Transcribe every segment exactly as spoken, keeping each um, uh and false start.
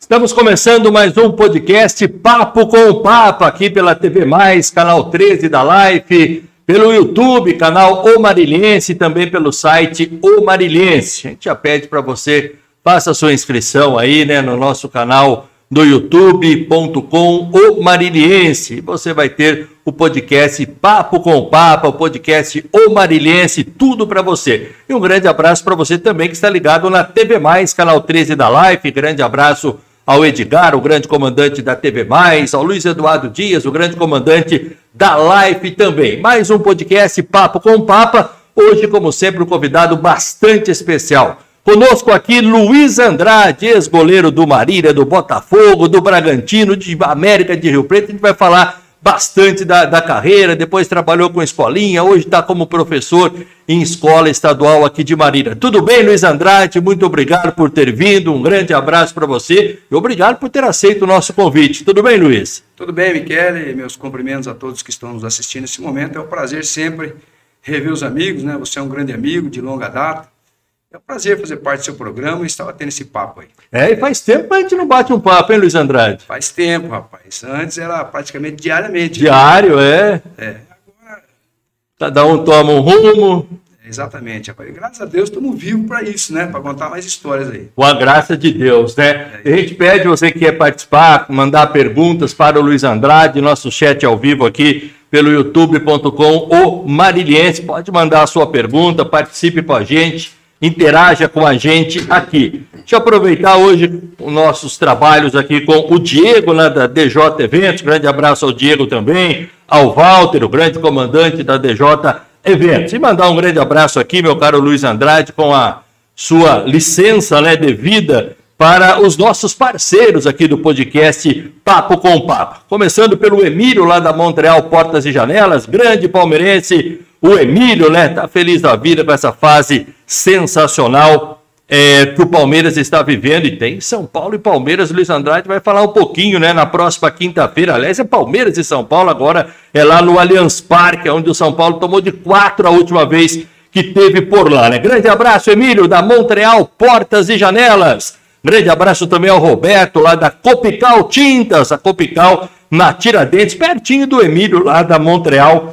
Estamos começando mais um podcast Papo com o Papa, aqui pela T V Mais, canal treze da Life, pelo YouTube, canal O Marilhense, e também pelo site O Marilhense. A gente já pede para você, faça a sua inscrição aí, né, no nosso canal do youtube ponto com O Marilhense. Você vai ter o podcast Papo com o Papa, o podcast O Marilhense, tudo para você. E um grande abraço para você também que está ligado na T V Mais, canal treze da Life. Grande abraço ao Edgar, o grande comandante da T V Mais, ao Luiz Eduardo Dias, o grande comandante da Life também. Mais um podcast Papo com o Papa, hoje, como sempre, um convidado bastante especial. Conosco aqui, Luiz Andrade, ex-goleiro do Marília, do Botafogo, do Bragantino, de América de Rio Preto. A gente vai falar bastante da, da carreira, depois trabalhou com escolinha, hoje está como professor em escola estadual aqui de Marília. Tudo bem, Luiz Andrade? Muito obrigado por ter vindo, um grande abraço para você e obrigado por ter aceito o nosso convite. Tudo bem, Luiz? Tudo bem, Michele, meus cumprimentos a todos que estão nos assistindo nesse momento. É um prazer sempre rever os amigos, né? Você é um grande amigo de longa data. É um prazer fazer parte do seu programa e estava tendo esse papo aí. É, e faz tempo que a gente não bate um papo, hein, Luiz Andrade? Faz tempo, rapaz. Antes era praticamente diariamente. Diário, né? é. É. Agora... Cada um toma um rumo. É, exatamente, rapaz. Graças a Deus estamos vivos para isso, né? Para contar mais histórias aí. Com a graça de Deus, né? É. A gente pede, você que quer participar, mandar perguntas para o Luiz Andrade, nosso chat ao vivo aqui pelo youtube ponto com O Marilhense. Pode mandar a sua pergunta, participe com a gente. Interaja com a gente aqui. Deixa eu aproveitar hoje os nossos trabalhos aqui com o Diego, né, da D J Eventos. Grande abraço ao Diego também, ao Walter, o grande comandante da D J Eventos. E mandar um grande abraço aqui, meu caro Luiz Andrade, com a sua licença, né, devida para os nossos parceiros aqui do podcast Papo com o Papa. Começando pelo Emílio, lá da Montreal Portas e Janelas, grande palmeirense. O Emílio, né, tá feliz da vida com essa fase sensacional é, que o Palmeiras está vivendo. E tem São Paulo e Palmeiras. O Luiz Andrade vai falar um pouquinho, né, na próxima quinta-feira. Aliás, é Palmeiras e São Paulo, agora é lá no Allianz Parque, onde o São Paulo tomou de quatro a última vez que teve por lá, né? Grande abraço, Emílio, da Montreal Portas e Janelas. Grande abraço também ao Roberto, lá da Copical Tintas, a Copical na Tiradentes, pertinho do Emílio, lá da Montreal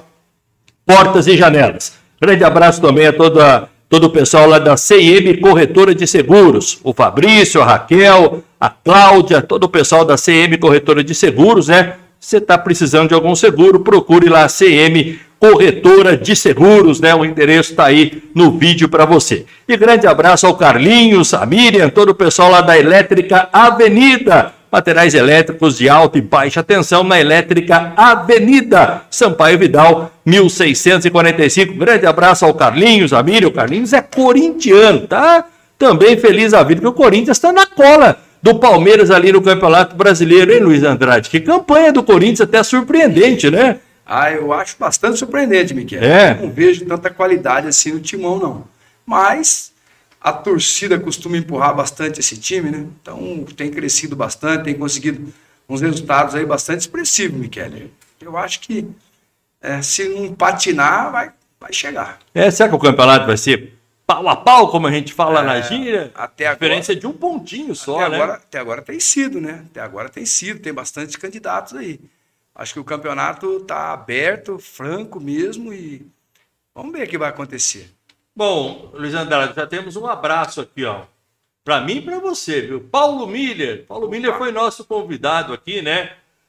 Portas e Janelas. Grande abraço também a toda, todo o pessoal lá da C I M Corretora de Seguros. O Fabrício, a Raquel, a Cláudia, todo o pessoal da C I M Corretora de Seguros, né? Você está precisando de algum seguro, procure lá a C I M Corretora de Seguros, né? O endereço está aí no vídeo para você. E grande abraço ao Carlinhos, a Miriam, todo o pessoal lá da Elétrica Avenida. Materiais elétricos de alta e baixa tensão na Elétrica Avenida, Sampaio Vidal, mil seiscentos e quarenta e cinco. Grande abraço ao Carlinhos, a Miriam. O Carlinhos é corintiano, tá? Também feliz a vida que o Corinthians está na cola do Palmeiras ali no Campeonato Brasileiro, hein, Luiz Andrade? Que campanha do Corinthians, até surpreendente, né? Ah, eu acho bastante surpreendente, Miquel. É. Eu não vejo tanta qualidade assim no timão, não. Mas a torcida costuma empurrar bastante esse time, né? Então tem crescido bastante, tem conseguido uns resultados aí bastante expressivos, Miquel. Eu acho que é, se não patinar, vai, vai chegar. É, será que o campeonato vai ser pau a pau, como a gente fala é, na gíria? Até a diferença agora, é de um pontinho só, até né? Agora, até agora tem sido, né? Até agora tem sido, tem bastante candidatos aí. Acho que o campeonato está aberto, franco mesmo e vamos ver o que vai acontecer. Bom, Luiz Andrade, já temos um abraço aqui, ó. Para mim e para você, viu? Paulo Miller. Paulo Opa. Miller foi nosso convidado aqui, né?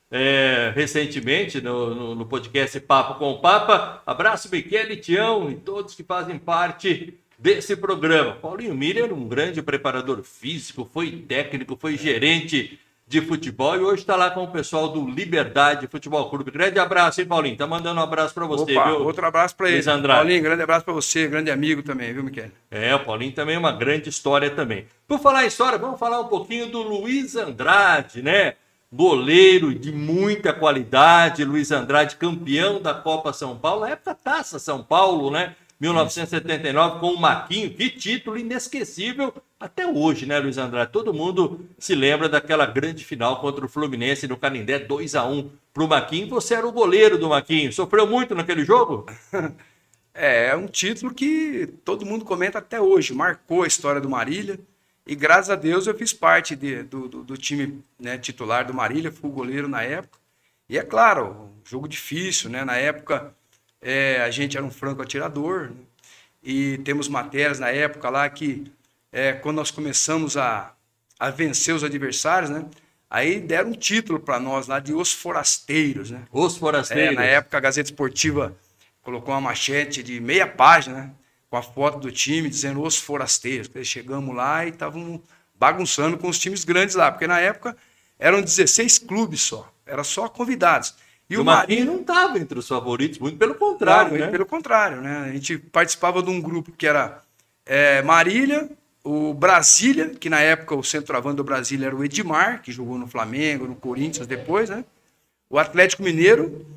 É, recentemente no, no, no podcast Papo com o Papa. Abraço, Michele e Tião e todos que fazem parte desse programa. Paulinho Miller, um grande preparador físico, foi técnico, foi gerente de futebol e hoje está lá com o pessoal do Liberdade Futebol Clube. Grande abraço, hein, Paulinho? Tá mandando um abraço para você, Opa, viu? Outro abraço para ele. Paulinho, grande abraço para você, grande amigo também, viu, Miquel? É, o Paulinho também é uma grande história também. Por falar em história, vamos falar um pouquinho do Luiz Andrade, né? Goleiro de muita qualidade, Luiz Andrade, campeão da Copa São Paulo, na época Taça São Paulo, né? mil novecentos e setenta e nove, com o Maquinho, que título inesquecível até hoje, né, Luiz Andrade? Todo mundo se lembra daquela grande final contra o Fluminense no Canindé, dois a um para o Maquinho. Você era o goleiro do Maquinho, sofreu muito naquele jogo? É, é um título que todo mundo comenta até hoje, marcou a história do Marília E graças a Deus eu fiz parte de, do, do, do time, né, titular do Marília, fui o goleiro na época. E é claro, um jogo difícil, né? Na época é, a gente era um franco atirador, né? E temos matérias na época lá que é, quando nós começamos a, a vencer os adversários, né? Aí deram um título para nós lá de Os Forasteiros, né? Os Forasteiros. É, na época a Gazeta Esportiva colocou uma manchete de meia página, né? Com a foto do time dizendo Os Forasteiros. Chegamos lá e estavam bagunçando com os times grandes lá, porque na época eram dezesseis clubes só, era só convidados. E, e o Marília não estava entre os favoritos, muito pelo contrário, não, né? Muito pelo contrário, né? A gente participava de um grupo que era é, Marília, o Brasília, que na época o centroavante do Brasília era o Edmar, que jogou no Flamengo, no Corinthians depois, né? O Atlético Mineiro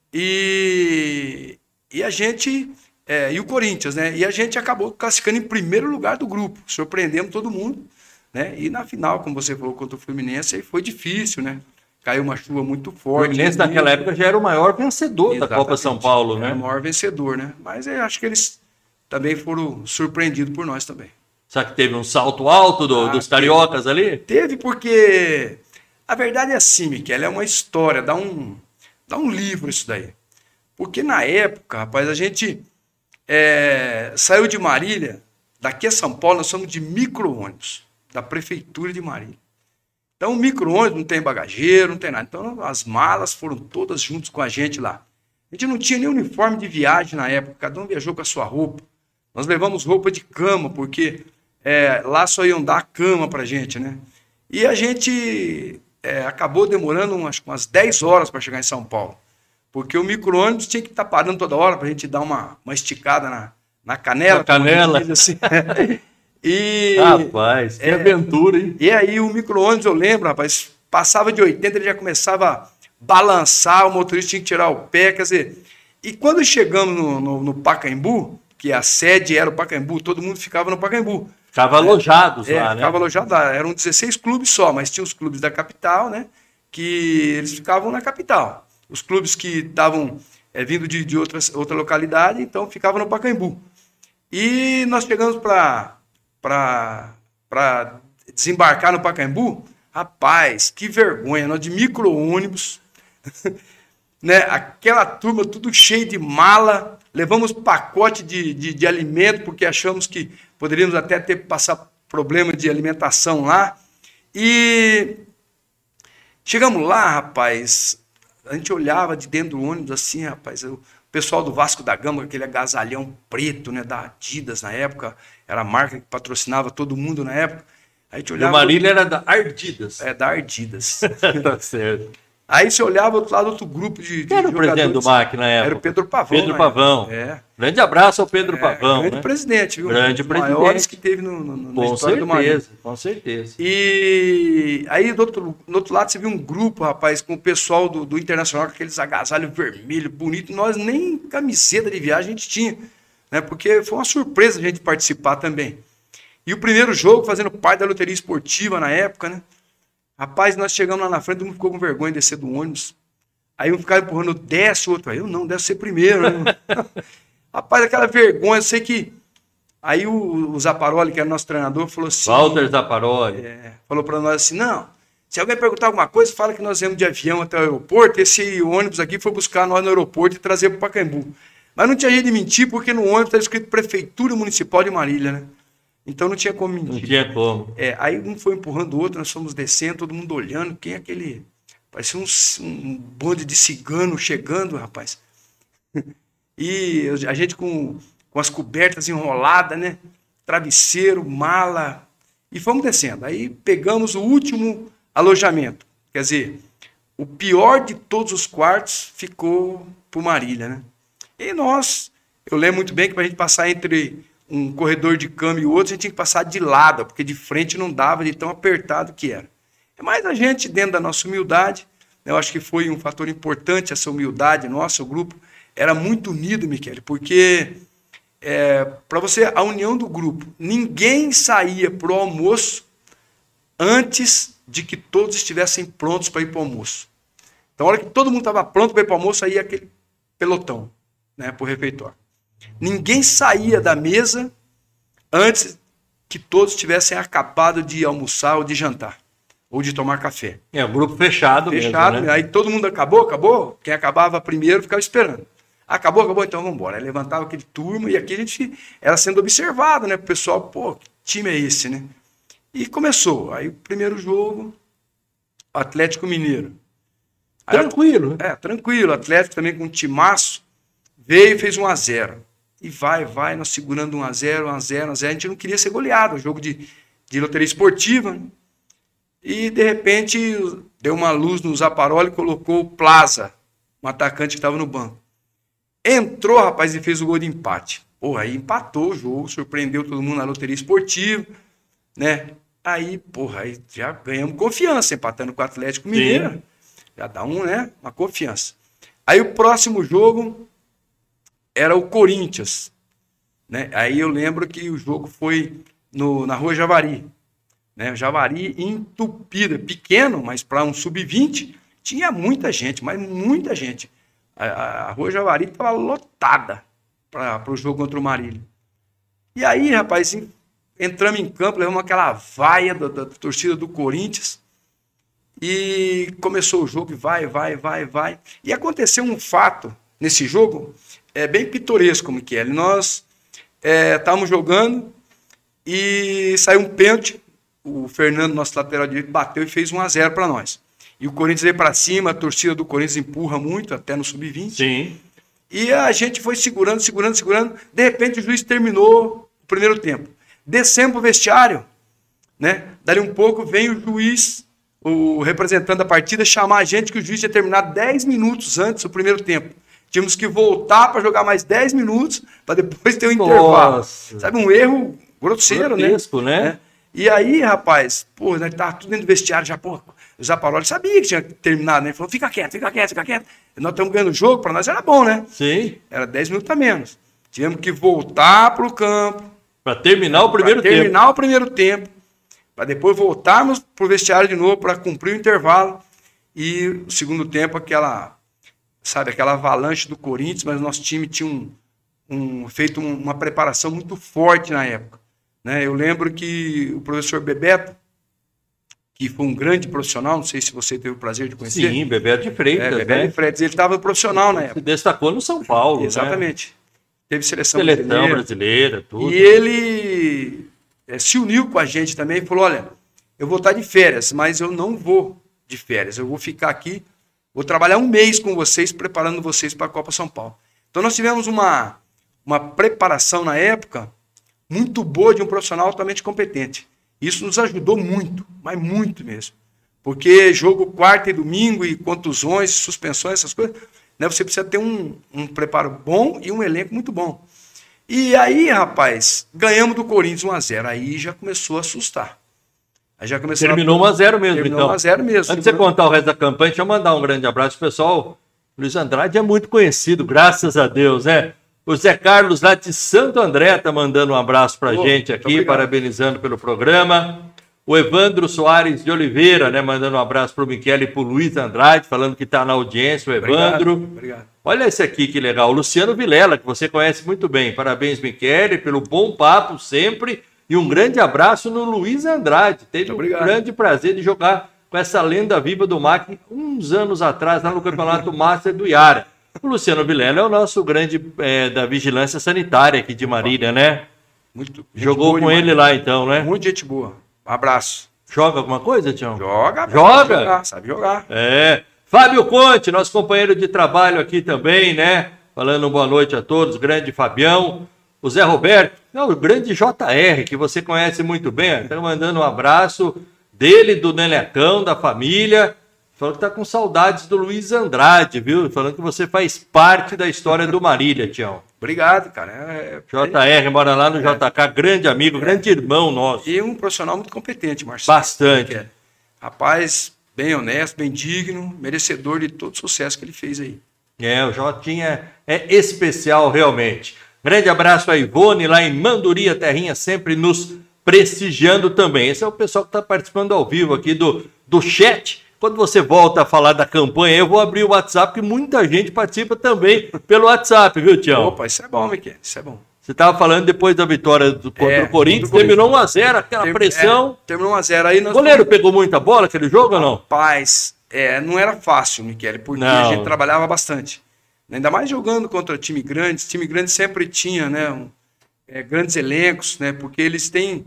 e, e a gente... É, e o Corinthians, né? E a gente acabou classificando em primeiro lugar do grupo, surpreendemos todo mundo, né? E na final, como você falou, contra o Fluminense, aí foi difícil, né? Caiu uma chuva muito forte. O Fluminense naquela época já era o maior vencedor Exatamente. da Copa São Paulo, né? Era o maior vencedor, né? Mas eu acho que eles também foram surpreendidos por nós também. Será que teve um salto alto do, ah, dos cariocas teve, ali? Teve porque a verdade é assim, Miquel, é uma história, dá um, dá um livro isso daí. Porque na época, rapaz, a gente é, saiu de Marília, daqui a São Paulo nós somos de micro-ônibus, da prefeitura de Marília. Então o micro-ônibus não tem bagageiro, não tem nada. Então as malas foram todas juntos com a gente lá. A gente não tinha nem uniforme de viagem na época, cada um viajou com a sua roupa. Nós levamos roupa de cama, porque é, lá só iam dar a cama pra gente, né? E a gente é, acabou demorando umas, umas dez horas para chegar em São Paulo. Porque o micro-ônibus tinha que estar parando toda hora para a gente dar uma, uma esticada na, na canela. Na canela. Assim. E, rapaz, que é, aventura, hein? E aí o micro-ônibus, eu lembro, rapaz, passava de oitenta, ele já começava a balançar, o motorista tinha que tirar o pé, quer dizer... E quando chegamos no, no, no Pacaembu, que a sede era o Pacaembu, todo mundo ficava no Pacaembu. Ficava alojados é, lá, é, né? Ficava alojado lá, eram dezesseis clubes só, mas tinha os clubes da capital, né? Que eles ficavam na capital. Os clubes que estavam é, vindo de, de outras, outra localidade, então ficavam no Pacaembu. E nós chegamos para para desembarcar no Pacaembu, rapaz, que vergonha, nós de micro-ônibus, né? Aquela turma tudo cheio de mala, levamos pacote de, de, de alimento, porque achamos que poderíamos até ter passar problema de alimentação lá. E chegamos lá, rapaz, a gente olhava de dentro do ônibus assim, rapaz, o pessoal do Vasco da Gama, aquele agasalhão preto, né, da Adidas na época, era a marca que patrocinava todo mundo na época. A gente olhava, o Marília era da Ardidas. É, da Ardidas. Tá certo. Aí você olhava do outro lado, outro grupo de, de Quem era o presidente do M A C na época? Era o Pedro Pavão. Pedro Pavão. É. Grande abraço ao Pedro é, Pavão. Grande né? presidente, viu? Grande um presidente. maiores que teve no, no, na com história certeza, do Marília. Com certeza. E aí do outro, do outro lado você viu um grupo, rapaz, com o pessoal do, do Internacional, com aqueles agasalhos vermelhos, bonitos. Nós nem camiseta de viagem a gente tinha, né? Porque foi uma surpresa a gente participar também. E o primeiro jogo, fazendo parte da loteria esportiva na época, né? Rapaz, nós chegamos lá na frente, todo mundo ficou com vergonha de descer do ônibus. Aí um ficava empurrando, desce, o outro, aí eu não, deve ser primeiro. Né? Rapaz, aquela vergonha, eu sei que... Aí o, o Zaparoli, que era nosso treinador, falou assim... Walter Zaparoli. É, falou para nós assim, não, se alguém perguntar alguma coisa, fala que nós viemos de avião até o aeroporto, esse ônibus aqui foi buscar nós no aeroporto e trazer para o Pacaembu. Mas não tinha jeito de mentir, porque no ônibus estava escrito Prefeitura Municipal de Marília, né? Então não tinha como mentir. Não tinha como. É, aí um foi empurrando o outro, nós fomos descendo, todo mundo olhando, quem é aquele... Parecia um, um bonde de cigano chegando, rapaz. E a gente com, com as cobertas enroladas, né? Travesseiro, mala. E fomos descendo. Aí pegamos o último alojamento. Quer dizer, o pior de todos os quartos ficou por Marília, né? E nós, eu lembro muito bem que para a gente passar entre um corredor de cama e outro, a gente tinha que passar de lado, porque de frente não dava de tão apertado que era. Mas a gente, dentro da nossa humildade, eu acho que foi um fator importante essa humildade nossa, o grupo era muito unido, Michele, porque é, para você, a união do grupo, ninguém saía para o almoço antes de que todos estivessem prontos para ir para o almoço. Então, a hora que todo mundo estava pronto para ir para o almoço, aí ia aquele pelotão, né, para o refeitório. Ninguém saía da mesa antes que todos tivessem acabado de almoçar ou de jantar, ou de tomar café. É, um grupo fechado, Fechado, mesmo, né? Aí todo mundo acabou, acabou. Quem acabava primeiro ficava esperando. Acabou, acabou, então vamos embora. Aí levantava aquele turma e aqui a gente era sendo observado, né? O pessoal, pô, que time é esse, né? E começou. Aí o primeiro jogo, Atlético Mineiro. Aí, Tranquilo. É, tranquilo. Atlético também com um timaço, veio e fez um a zero. E vai, vai, nós segurando um a zero, um a zero, um a zero. A gente não queria ser goleado, um jogo de, de loteria esportiva, né? E, de repente, deu uma luz no Zaparoli e colocou o Plaza, um atacante que estava no banco. Entrou, rapaz, e fez o gol de empate. Porra, aí empatou o jogo, surpreendeu todo mundo na loteria esportiva, né? Aí, porra, aí já ganhamos confiança, empatando com o Atlético Mineiro. Sim. Já dá um, né, uma confiança. Aí o próximo jogo era o Corinthians, né? Aí eu lembro que o jogo foi no, na Rua Javari, né? Javari entupida, pequeno, mas para um sub vinte tinha muita gente, mas muita gente. A, a, a Rua Javari estava lotada para o jogo contra o Marília. E aí, rapaz, entramos em campo, levamos aquela vaia da, da, da torcida do Corinthians e começou o jogo, e vai, vai, vai, vai. E aconteceu um fato nesse jogo, é bem pitoresco, como que é. Nós estávamos é, jogando e saiu um pênalti, o Fernando, nosso lateral direito, bateu e fez um a zero para nós. E o Corinthians veio para cima, a torcida do Corinthians empurra muito, até no sub vinte. Sim. E a gente foi segurando, segurando, segurando. De repente o juiz terminou o primeiro tempo. Descemos o vestiário, né? Dali um pouco vem o juiz, o representante da partida, chamar a gente que o juiz tinha terminado dez minutos antes do primeiro tempo. Tínhamos que voltar para jogar mais dez minutos para depois ter um Nossa. intervalo. Sabe, um erro grosseiro, Grotesco, né? né? É. E aí, rapaz, pô, nós tava tudo dentro do vestiário já, pô, o Zaparoli sabia que tinha terminado, né? Ele falou, fica quieto, fica quieto, fica quieto. Nós estamos ganhando o jogo, para nós era bom, né? Sim. Era dez minutos a menos. Tivemos que voltar para o campo. Para terminar o primeiro tempo. terminar o primeiro tempo. Para depois voltarmos para o vestiário de novo, para cumprir o intervalo. E o segundo tempo, aquela, sabe, aquela avalanche do Corinthians, mas o nosso time tinha um, um, feito um, uma preparação muito forte na época. Né? Eu lembro que o professor Bebeto, que foi um grande profissional, não sei se você teve o prazer de conhecer. Sim, Bebeto de Freitas. É, Bebeto né? de Freitas, ele estava profissional na época. Se destacou no São Paulo. Exatamente. Né? Teve seleção, seleção brasileira, brasileira, tudo. E ele é, se uniu com a gente também e falou, olha, eu vou estar de férias, mas eu não vou de férias, eu vou ficar aqui, vou trabalhar um mês com vocês, preparando vocês para a Copa São Paulo. Então nós tivemos uma, uma preparação na época muito boa de um profissional altamente competente. Isso nos ajudou muito, mas muito mesmo. Porque jogo quarta e domingo e contusões, suspensões, essas coisas, né, você precisa ter um, um preparo bom e um elenco muito bom. E aí, rapaz, ganhamos do Corinthians um a zero. Aí já começou a assustar. Aí já começou Terminou a... um a zero mesmo, Terminou então. um a zero mesmo. Antes de você contar o resto da campanha, deixa eu mandar um grande abraço, pessoal. Luiz Andrade é muito conhecido, graças a Deus, né? O Zé Carlos lá de Santo André tá mandando um abraço pra Pô, gente aqui, obrigado. parabenizando pelo programa. O Evandro Soares de Oliveira, né, mandando um abraço pro Michele e pro Luiz Andrade, falando que tá na audiência, o Evandro. Obrigado, obrigado. Olha esse aqui, que legal. O Luciano Vilela, que você conhece muito bem. Parabéns, Michele, pelo bom papo sempre. E um grande abraço no Luiz Andrade. Teve um grande prazer de jogar com essa lenda viva do M A C uns anos atrás, lá no Campeonato Master do Iara. O Luciano Vilela é o nosso grande é, da vigilância sanitária aqui de Marília, né? Muito, Jogou com demais. Ele lá então, né? Muito gente boa. Um abraço. Joga alguma coisa, Tião? Joga. Joga? Sabe jogar, sabe jogar. É. Fábio Conte, nosso companheiro de trabalho aqui também, né? Falando boa noite a todos, grande Fabião. O Zé Roberto, não, o grande J R, que você conhece muito bem, está mandando um abraço dele, do Nelecão, da família. Falando que tá com saudades do Luiz Andrade, viu? Falando que você faz parte da história do Marília, Tião. Obrigado, cara. É... J R mora lá no é. J K, grande amigo, é. grande irmão nosso. E um profissional muito competente, Marcelo. Bastante. É. Rapaz, bem honesto, bem digno, merecedor de todo o sucesso que ele fez aí. É, o Jotinha é especial realmente. Grande abraço a Ivone, lá em Manduria, Terrinha, sempre nos prestigiando também. Esse é o pessoal que está participando ao vivo aqui do, do chat. Quando você volta a falar da campanha, eu vou abrir o WhatsApp, que muita gente participa também pelo WhatsApp, viu, Tião? Opa, isso é bom, Miquel, isso é bom. Você estava falando depois da vitória do, contra É, o Corinthians, contra o terminou um a zero, aquela Ter- pressão. é, terminou um a zero. Aí O nós goleiro pegou muita bola aquele jogo ou não? Rapaz, é, não era fácil, Michele, porque Não. a gente trabalhava bastante. Ainda mais jogando contra time grande. Time grande sempre tinha, né, um, é, grandes elencos, né, porque eles têm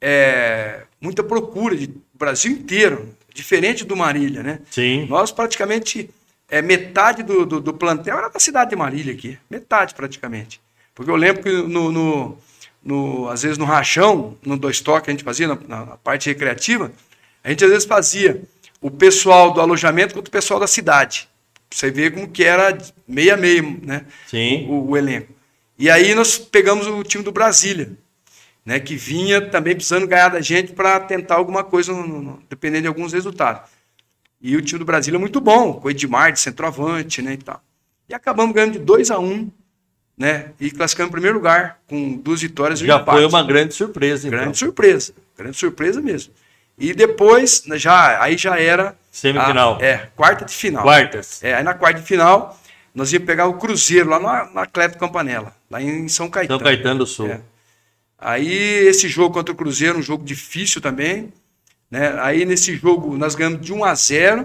é, muita procura de Brasil inteiro, diferente do Marília, né? Sim. Nós praticamente, é, metade do, do, do plantel era da cidade de Marília aqui, metade praticamente. Porque eu lembro que no, no, no, às vezes no rachão, no dois toques que a gente fazia, na, na parte recreativa, a gente às vezes fazia o pessoal do alojamento contra o pessoal da cidade. Você vê como que era meio a meio, né? Sim. O, o elenco. E aí nós pegamos o time do Brasília, né? Que vinha também precisando ganhar da gente para tentar alguma coisa, no, no, dependendo de alguns resultados. E o time do Brasília é muito bom, com o Edmar de centroavante, né? E tal. E acabamos ganhando de dois a um, né? E classificamos em primeiro lugar, com duas vitórias e um Já empate. foi uma grande surpresa, então. Grande surpresa, grande surpresa mesmo. E depois, já, aí já era... Semifinal. A, é, quarta de final. Quartas. É, aí na quarta de final, nós íamos pegar o Cruzeiro, lá na, na Cleto Campanella, lá em São Caetano. São Caetano do Sul. É. Aí esse jogo contra o Cruzeiro, um jogo difícil também, né? Aí nesse jogo nós ganhamos de um a zero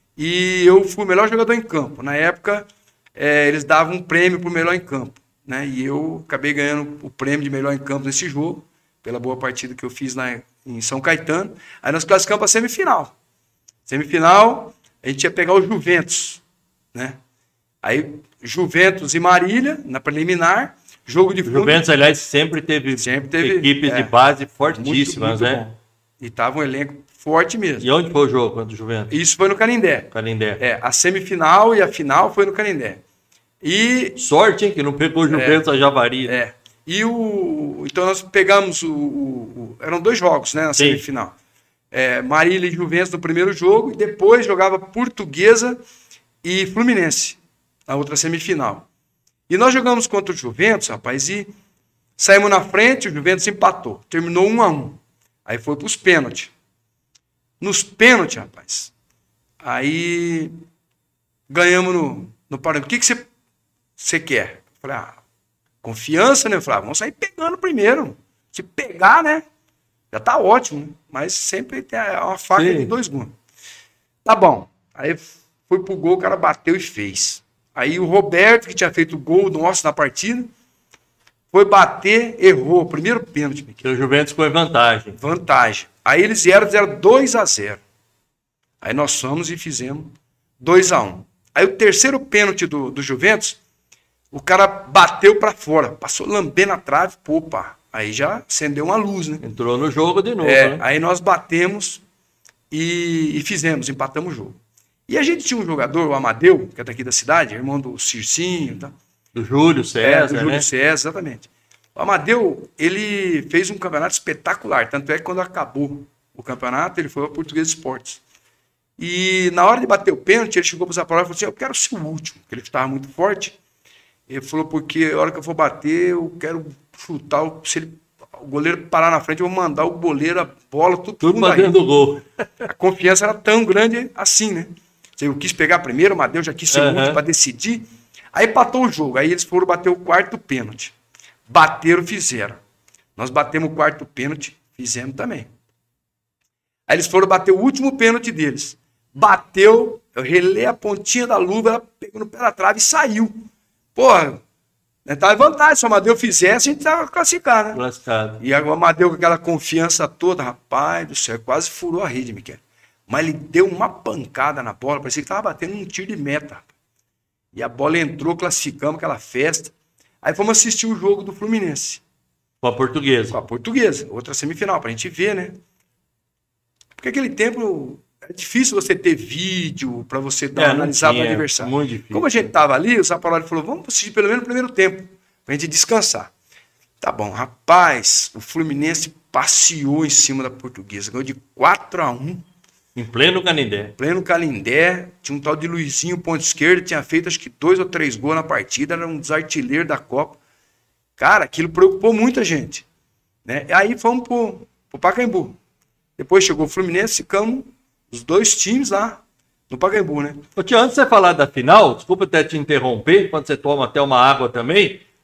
e eu fui o melhor jogador em campo. Na época, é, eles davam um prêmio para o melhor em campo, né? E eu acabei ganhando o prêmio de melhor em campo nesse jogo, pela boa partida que eu fiz lá em São Caetano. Aí nós classificamos para a semifinal. Semifinal, a gente ia pegar o Juventus, né? Aí, Juventus e Marília, na preliminar, jogo de fundo. Juventus, aliás, sempre teve, Sempre teve, equipes é, de base fortíssimas, muito, muito né? bom. E tava um elenco forte mesmo. E onde foi o jogo contra o Juventus? Isso foi no Canindé. Canindé. É, a semifinal e a final foi no Canindé. E, Sorte, hein, que não pegou o Juventus a Javari. é, e o... Então nós pegamos o... o- o- eram dois jogos, né, na Sim. semifinal. É, Marília e Juventus no primeiro jogo, e depois jogava Portuguesa e Fluminense, na outra semifinal. E nós jogamos contra o Juventus, rapaz, e saímos na frente, o Juventus empatou. Terminou um a um. Aí foi para os pênaltis. Nos pênaltis, rapaz, aí ganhamos no, no Paraná. O que, que você, você quer? Eu falei, ah, confiança, né? Eu falei, ah, vamos sair pegando primeiro. Se pegar, né? Já tá ótimo, né? Mas sempre tem uma faca Sim. de dois gumes. Tá bom. Aí foi pro gol, o cara bateu e fez. Aí o Roberto, que tinha feito o gol nosso na partida, foi bater, errou. O primeiro pênalti, Miquel. Que o Juventus foi vantagem. Vantagem. Aí eles vieram, fizeram dois a zero. Aí nós fomos e fizemos dois a um. Aí o terceiro pênalti do, do Juventus, o cara bateu para fora, passou lambendo a trave, opa, aí já acendeu uma luz, né? Entrou no jogo de novo, É, né? aí nós batemos e, e fizemos, empatamos o jogo. E a gente tinha um jogador, o Amadeu, que é daqui da cidade, irmão do Circinho, tá? Do Júlio É, César, do Júlio né? César, exatamente. O Amadeu, ele fez um campeonato espetacular, tanto é que quando acabou o campeonato, ele foi ao Português Esportes. E na hora de bater o pênalti, ele chegou para o Zaparó e falou assim, eu quero ser o último, porque ele estava muito forte. Ele falou, porque a hora que eu for bater, eu quero chutar, o- se ele, o goleiro parar na frente, eu vou mandar o goleiro, a bola, tudo, Tudo tudo pra aí. dentro do gol. A confiança era tão grande assim, né? Eu quis pegar primeiro, o Amadeu já quis ser o Aham. último para decidir. Aí empatou o jogo. Aí eles foram bater o quarto pênalti. Bateram, fizeram. Nós batemos o quarto pênalti, fizemos também. Aí eles foram bater o último pênalti deles. Bateu, eu relei a pontinha da luva, ela pegou no pé da trave e saiu. Porra, estava em vantagem. Se o Amadeu fizesse, a gente estava classificado, né? Lascado. E o Amadeu com aquela confiança toda, rapaz do céu, quase furou a rede, Miquel. Mas ele deu uma pancada na bola, parecia que estava batendo um tiro de meta. E a bola entrou, classificamos aquela festa. Aí fomos assistir o jogo do Fluminense, Com a com portuguesa. a Portuguesa, outra semifinal, pra gente ver, né? Porque aquele tempo é difícil você ter vídeo pra você dar É, uma não analisada no tinha, adversário. muito difícil. Como a gente tava ali, o Zaparoli falou, vamos assistir pelo menos o primeiro tempo, pra gente descansar. Tá bom, rapaz, o Fluminense passeou em cima da Portuguesa, ganhou de quatro a um. Em pleno Canindé. Pleno Canindé, tinha um tal de Luizinho, ponto esquerdo, tinha feito acho que dois ou três gols na partida, era um dos artilheiros da Copa. Cara, aquilo preocupou muita gente. Né? Aí fomos pro, pro Pacaembu. Depois chegou o Fluminense, ficamos os dois times lá no Pacaembu, né? Ô, tio, antes de você falar da final, desculpa até te interromper, quando você toma até uma água também,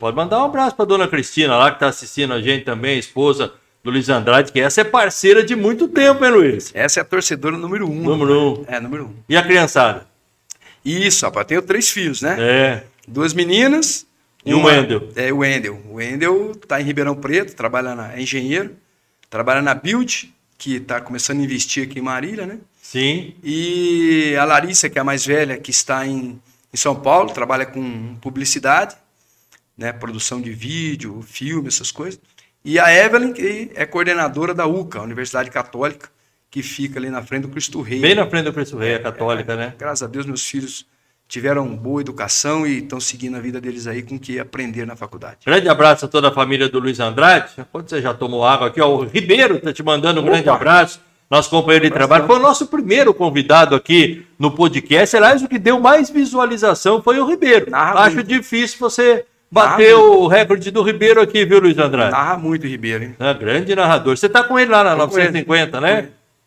Pode mandar um abraço para dona Cristina lá que está assistindo a gente também, a esposa do Luiz Andrade, que essa é parceira de muito tempo, hein, Luiz? Essa é a torcedora número um. Número um. É, número um. E a criançada? Isso, rapaz, tenho três filhos, né? É. Duas meninas. E o Wendel? É, o Wendel. O Wendel tá em Ribeirão Preto, trabalha na, é engenheiro, trabalha na Build, que está começando a investir aqui em Marília, né? Sim. E a Larissa, que é a mais velha, que está em, em São Paulo, trabalha com publicidade, né? Produção de vídeo, filme, essas coisas. E a Evelyn, que é coordenadora da U C A, Universidade Católica, que fica ali na frente do Cristo Rei. Bem na frente do Cristo Rei, a católica, é, né? Graças a Deus, meus filhos tiveram boa educação e estão seguindo a vida deles aí com o que aprender na faculdade. Grande abraço a toda a família do Luiz Andrade. Quando você já tomou água aqui, ó, o Ribeiro está te mandando um Opa. grande abraço. Nosso companheiro de trabalho. Foi o nosso primeiro convidado aqui no podcast. Aliás, o que deu mais visualização foi o Ribeiro. Narra Acho muito. difícil você bater Narra o muito. recorde do Ribeiro aqui, viu, Luiz Andrade? Narra muito o Ribeiro, hein? É, grande narrador. Você está com ele lá na Tô novecentos e cinquenta, né?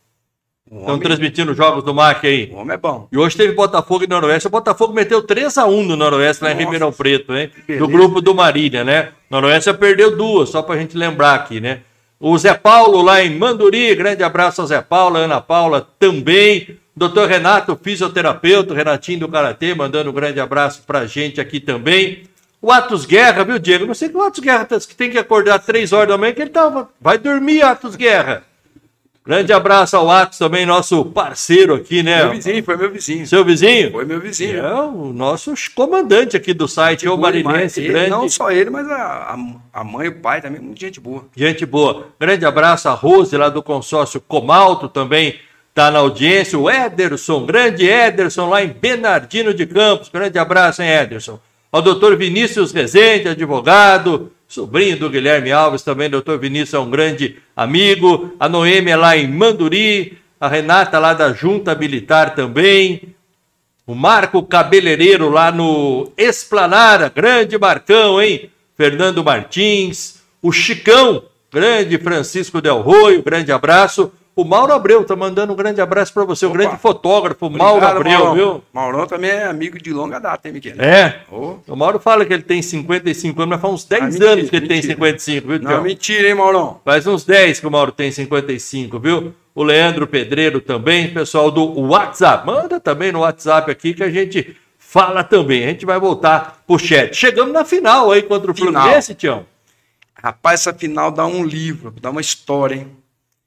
Estão transmitindo os jogos do M A C aí. O homem é bom. E hoje teve Botafogo e Noroeste. O Botafogo meteu três a um no Noroeste, lá Nossa, em Ribeirão Preto, hein? Do grupo do Marília, né? Noroeste já perdeu duas, só pra gente lembrar aqui, né? O Zé Paulo lá em Manduri, grande abraço ao Zé Paulo, a Ana Paula também. Doutor Renato, fisioterapeuta, Renatinho do Karatê, mandando um grande abraço pra gente aqui também. O Atos Guerra, viu, Diego? Não sei que o Atos Guerra que tem que acordar três horas da manhã, que ele tava... vai dormir, Atos Guerra. Grande abraço ao Atos também, nosso parceiro aqui, né? Meu vizinho, foi meu vizinho. Seu vizinho? Foi meu vizinho. É o nosso comandante aqui do site, é o Marinense. Ele, grande... Não só ele, mas a, a mãe e o pai também, muita gente boa. Gente boa. Grande abraço a Rose, lá do consórcio Comalto, também está na audiência. O Ederson, grande Ederson, lá em Bernardino de Campos. Grande abraço, hein, Ederson? Ao doutor Vinícius Rezende, advogado, sobrinho do Guilherme Alves, também doutor Vinícius é um grande amigo. A Noêmia lá em Manduri, a Renata lá da Junta Militar também. O Marco Cabeleireiro lá no Esplanada, grande Marcão, hein? Fernando Martins. O Chicão, grande Francisco Del Roio, grande abraço. O Mauro Abreu tá mandando um grande abraço para você, o um grande fotógrafo, Obrigado, Mauro Abreu, Maurão. viu? Maurão também é amigo de longa data, hein, Miquel? É. Oh. O Mauro fala que ele tem cinquenta e cinco anos, mas faz uns dez ah, mentira, anos que ele mentira. tem cinquenta e cinco, viu, Tião? Não, mentira, hein, Maurão? Faz uns dez que o Mauro tem cinquenta e cinco, viu? O Leandro Pedreiro também, pessoal do WhatsApp. Manda também no WhatsApp aqui que a gente fala também. A gente vai voltar pro chat. Chegamos na final aí contra o final. Fluminense, Tião. Rapaz, essa final dá um livro, dá uma história, hein?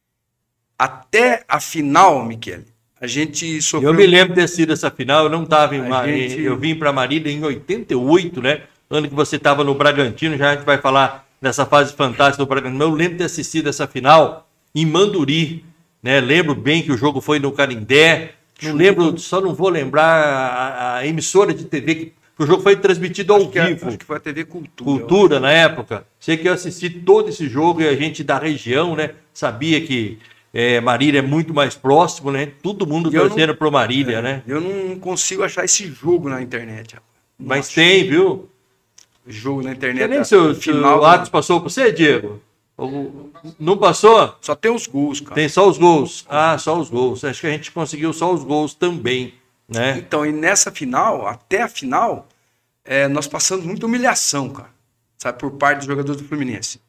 Até a final, Michele, a gente sofreu... Eu me lembro de ter sido essa final, eu não estava em... A gente... Eu vim para Marília em oitenta e oito, né? Ano que você estava no Bragantino, já a gente vai falar dessa fase fantástica do Bragantino. Eu lembro de ter assistido essa final em Manduri, né? Lembro bem que o jogo foi no Canindé. Não lembro, só não vou lembrar a, a emissora de T V que o jogo foi transmitido ao acho que vivo. É, acho que foi a T V Cultura. Cultura, na época. Sei que eu assisti todo esse jogo e a gente da região, né? Sabia que é, Marília é muito mais próximo, né? Todo mundo torcendo pro Marília, é, né? Eu não consigo achar esse jogo na internet. Mas Nossa. tem, viu? Jogo na internet. Tem nem seu, final, o Atos passou por você, Diego? Não passou? Só tem os gols, cara. Tem só os gols. Ah, só os gols. Acho que a gente conseguiu só os gols também, né? Então, e nessa final, até a final, é, nós passamos muita humilhação, cara. Sabe, por parte dos jogadores do Fluminense.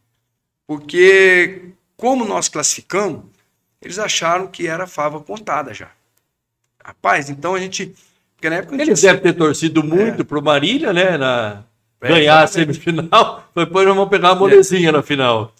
Porque, como nós classificamos, eles acharam que era fava contada já. Rapaz, então a gente... Porque na época a gente Eles devem ter torcido muito é. pro Marília, né? Na... É, ganhar exatamente. a semifinal. Depois nós vamos pegar uma molezinha é. na final.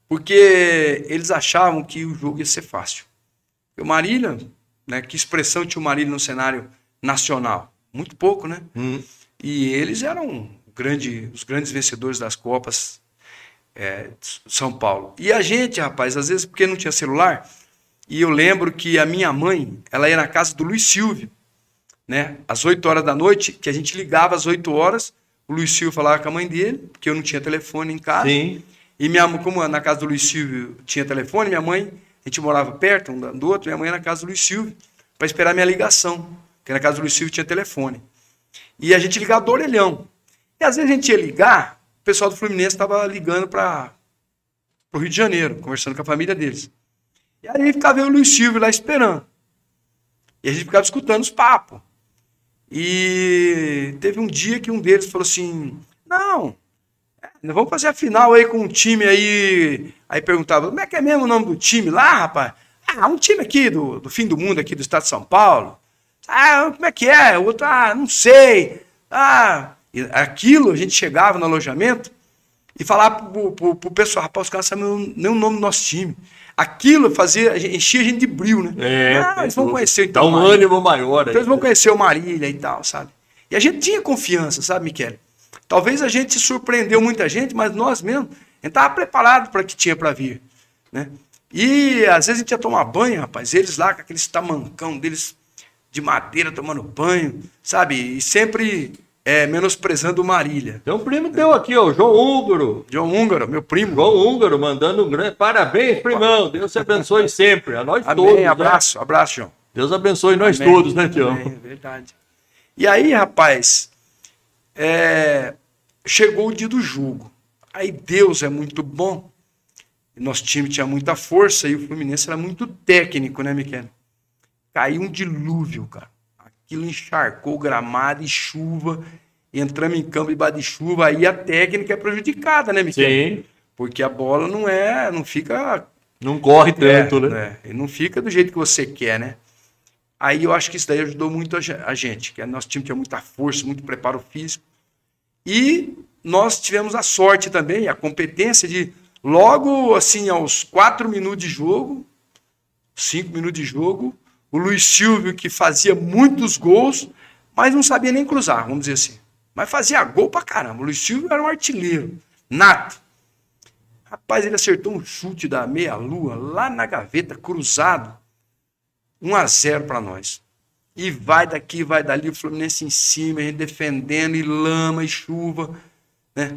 Porque eles achavam que o jogo ia ser fácil. O Marília, né? Que expressão tinha o Marília no cenário nacional? Muito pouco, né? Hum. E eles eram grande, os grandes vencedores das Copas é, de São Paulo. E a gente, rapaz, às vezes, porque não tinha celular, e eu lembro que a minha mãe, ela ia na casa do Luiz Silvio, né? Às oito horas da noite, que a gente ligava às oito horas, o Luiz Silvio falava com a mãe dele, porque eu não tinha telefone em casa. Sim. E minha, como na casa do Luiz Silvio tinha telefone, minha mãe, a gente morava perto um do outro, minha mãe ia na casa do Luiz Silvio para esperar minha ligação, porque na casa do Luiz Silvio tinha telefone. E a gente ligava do orelhão. E às vezes a gente ia ligar, o pessoal do Fluminense estava ligando para o Rio de Janeiro, conversando com a família deles. E aí ficava eu e o Luiz Silvio lá esperando. E a gente ficava escutando os papos. E teve um dia que um deles falou assim, não, vamos fazer a final aí com um time aí. Aí perguntava, como é que é mesmo o nome do time lá, rapaz? Ah, um time aqui do, do fim do mundo, aqui do estado de São Paulo. Ah, como é que é? O outro, ah, não sei. Ah, e aquilo, a gente chegava no alojamento e falava pro, pro, pro pessoal, rapaz, os caras sabem nem o nome do nosso time. Aquilo fazia, enchia a gente de brilho, né? É, ah, eles vão conhecer então. Dá um Marília. ânimo maior aí. Então eles vão conhecer o Marília e tal, sabe? E a gente tinha confiança, sabe, Michele? Talvez a gente surpreendeu muita gente, mas nós mesmos, a gente estava preparado para o que tinha para vir, né? E às vezes a gente ia tomar banho, rapaz, eles lá com aqueles tamancão deles de madeira tomando banho, sabe? E sempre é, menosprezando o Marília. Tem um primo teu aqui, ó, o João Húngaro. João Húngaro, meu primo. João Húngaro, mandando um grande parabéns, primão. Deus te abençoe sempre. A nós Amém, todos. abraço, né? Abraço, João. Deus abençoe nós Amém. todos, né, Tião? É verdade. E aí, rapaz, é... chegou o dia do jogo. Aí Deus é muito bom. Nosso time tinha muita força e o Fluminense era muito técnico, né, Michele? Caiu um dilúvio, cara. Aquilo encharcou o gramado e chuva. Entramos em campo debaixo de chuva. Aí a técnica é prejudicada, né, Michele? Sim. Porque a bola não é, não fica... Não corre tanto, é, né? É, e não fica do jeito que você quer, né? Aí eu acho que isso daí ajudou muito a gente, que nosso time tinha muita força, muito preparo físico. E nós tivemos a sorte também, a competência de, logo assim, aos quatro minutos de jogo, cinco minutos de jogo, o Luiz Silvio, que fazia muitos gols, mas não sabia nem cruzar, vamos dizer assim. Mas fazia gol pra caramba. O Luiz Silvio era um artilheiro, nato. Rapaz, ele acertou um chute da meia-lua lá na gaveta, cruzado. um a zero para nós. E vai daqui, vai dali, o Fluminense em cima, a gente defendendo, e lama, e chuva, né?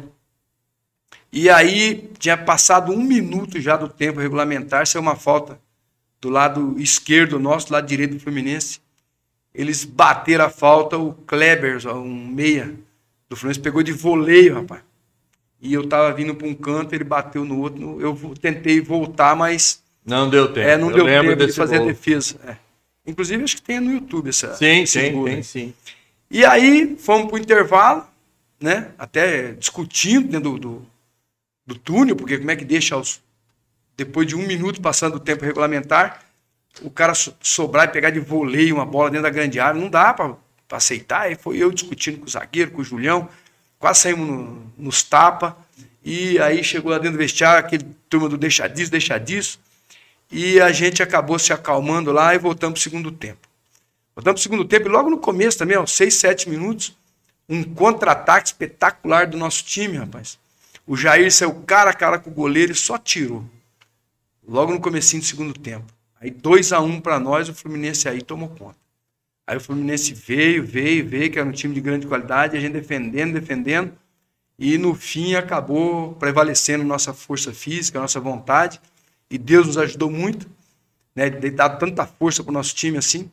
E aí, tinha passado um minuto já do tempo regulamentar, saiu uma falta do lado esquerdo nosso, do lado direito do Fluminense. Eles bateram a falta, o Kleber, um meia do Fluminense, pegou de voleio, rapaz. E eu tava vindo para um canto, ele bateu no outro, eu tentei voltar, mas... Não deu tempo. É, não Eu deu lembro tempo de desse fazer gol. a defesa. É. Inclusive, acho que tem no YouTube essa. Sim, esse tem, gol, tem né? sim. E aí, fomos para o intervalo, né? Até discutindo dentro do, do, do túnel, porque como é que deixa os. Depois de um minuto passando o tempo regulamentar, o cara so, sobrar e pegar de voleio uma bola dentro da grande área, não dá para aceitar. E foi eu discutindo com o zagueiro, com o Julião, quase saímos no, nos tapas. E aí chegou lá dentro do vestiário, aquele turma do deixa disso, deixa disso. E a gente acabou se acalmando lá e voltamos para o segundo tempo. Voltamos para o segundo tempo e logo no começo também, aos seis, sete minutos, um contra-ataque espetacular do nosso time, rapaz. O Jair saiu cara a cara com o goleiro e só tirou. Logo no comecinho do segundo tempo. Aí dois a um para nós, o Fluminense aí tomou conta. Aí o Fluminense veio, veio, veio, que era um time de grande qualidade, a gente defendendo, defendendo. E no fim acabou prevalecendo nossa força física, nossa vontade. E Deus nos ajudou muito, né, de dar tanta força para o nosso time assim.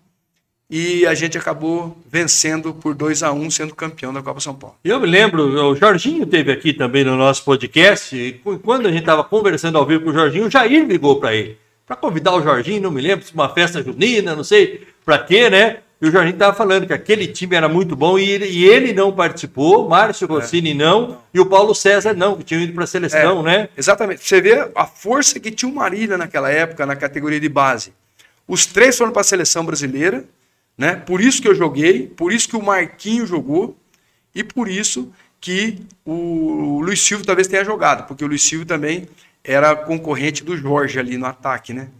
E a gente acabou vencendo por dois a um, sendo campeão da Copa São Paulo. Eu me lembro, o Jorginho esteve aqui também no nosso podcast, e quando a gente estava conversando ao vivo com o Jorginho, o Jair ligou para ele, para convidar o Jorginho, não me lembro, se uma festa junina, não sei para quê, né? E o Jorginho estava falando que aquele time era muito bom e ele, e ele não participou, Márcio Rossini é. não, e o Paulo César não, que tinha ido para a seleção, é, né? Exatamente. Você vê a força que tinha o Marília naquela época, na categoria de base. Os três foram para a seleção brasileira, né? Por isso que eu joguei, por isso que o Marquinho jogou e por isso que o Luiz Silvio talvez tenha jogado, porque o Luiz Silvio também era concorrente do Jorge ali no ataque, né?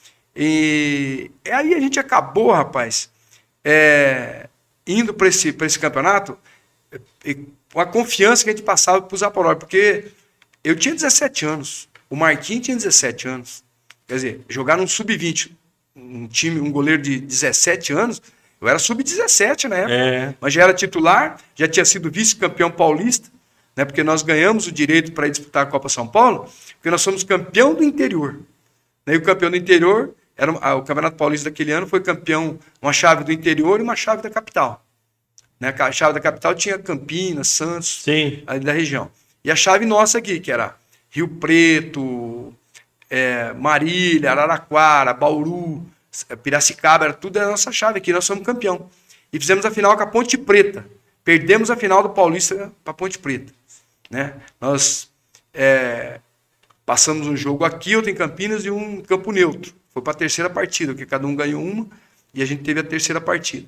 E aí a gente acabou, rapaz... É, indo para esse, para esse campeonato, com a confiança que a gente passava para o Zaporó, porque eu tinha dezessete anos, o Marquinhos tinha dezessete anos. Quer dizer, jogar num sub vinte, um time, um goleiro de dezessete anos, eu era sub dezessete na época, é. mas já era titular, já tinha sido vice-campeão paulista, né, porque nós ganhamos o direito para disputar a Copa São Paulo, porque nós somos campeão do interior. Né, e o campeão do interior... Era, o Campeonato Paulista daquele ano foi campeão, uma chave do interior e uma chave da capital. Né? A chave da capital tinha Campinas, Santos, Sim. ali da região. E a chave nossa aqui, que era Rio Preto, é, Marília, Araraquara, Bauru, Piracicaba, era tudo a nossa chave aqui, nós somos campeão. E fizemos a final com a Ponte Preta. Perdemos a final do Paulista para a Ponte Preta. né? Nós é, passamos um jogo aqui, outro em Campinas e um em Campo Neutro. Foi para a terceira partida, porque cada um ganhou uma e a gente teve a terceira partida.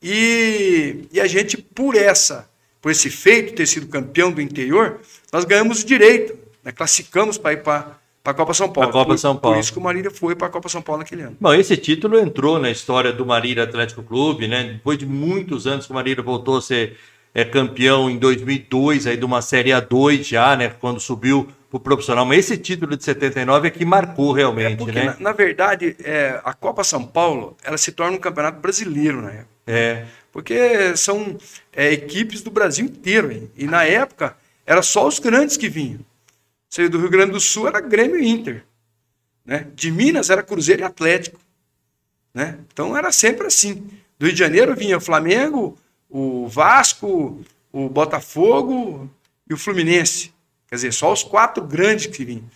E, e a gente, por essa, por esse feito, ter sido campeão do interior, nós ganhamos o direito, né? Classificamos para ir para a Copa São Paulo. A Copa por, São Paulo. Por isso que o Marília foi para a Copa São Paulo naquele ano. Bom, esse título entrou na história do Marília Atlético Clube, né? Depois de muitos anos que o Marília voltou a ser é, campeão em dois mil e dois, aí de uma Série A dois já, né? Quando subiu para o profissional. Mas esse título de setenta e nove é que marcou realmente, é porque, né? Na, na verdade, é, a Copa São Paulo, ela se torna um campeonato brasileiro, né? É. Porque são é, equipes do Brasil inteiro. Hein? E na época, era só os grandes que vinham. Seja, do Rio Grande do Sul era Grêmio e Inter. Né? De Minas era Cruzeiro e Atlético. Né? Então era sempre assim. Do Rio de Janeiro vinha o Flamengo, o Vasco, o Botafogo e o Fluminense. Quer dizer, só os quatro grandes que vinham.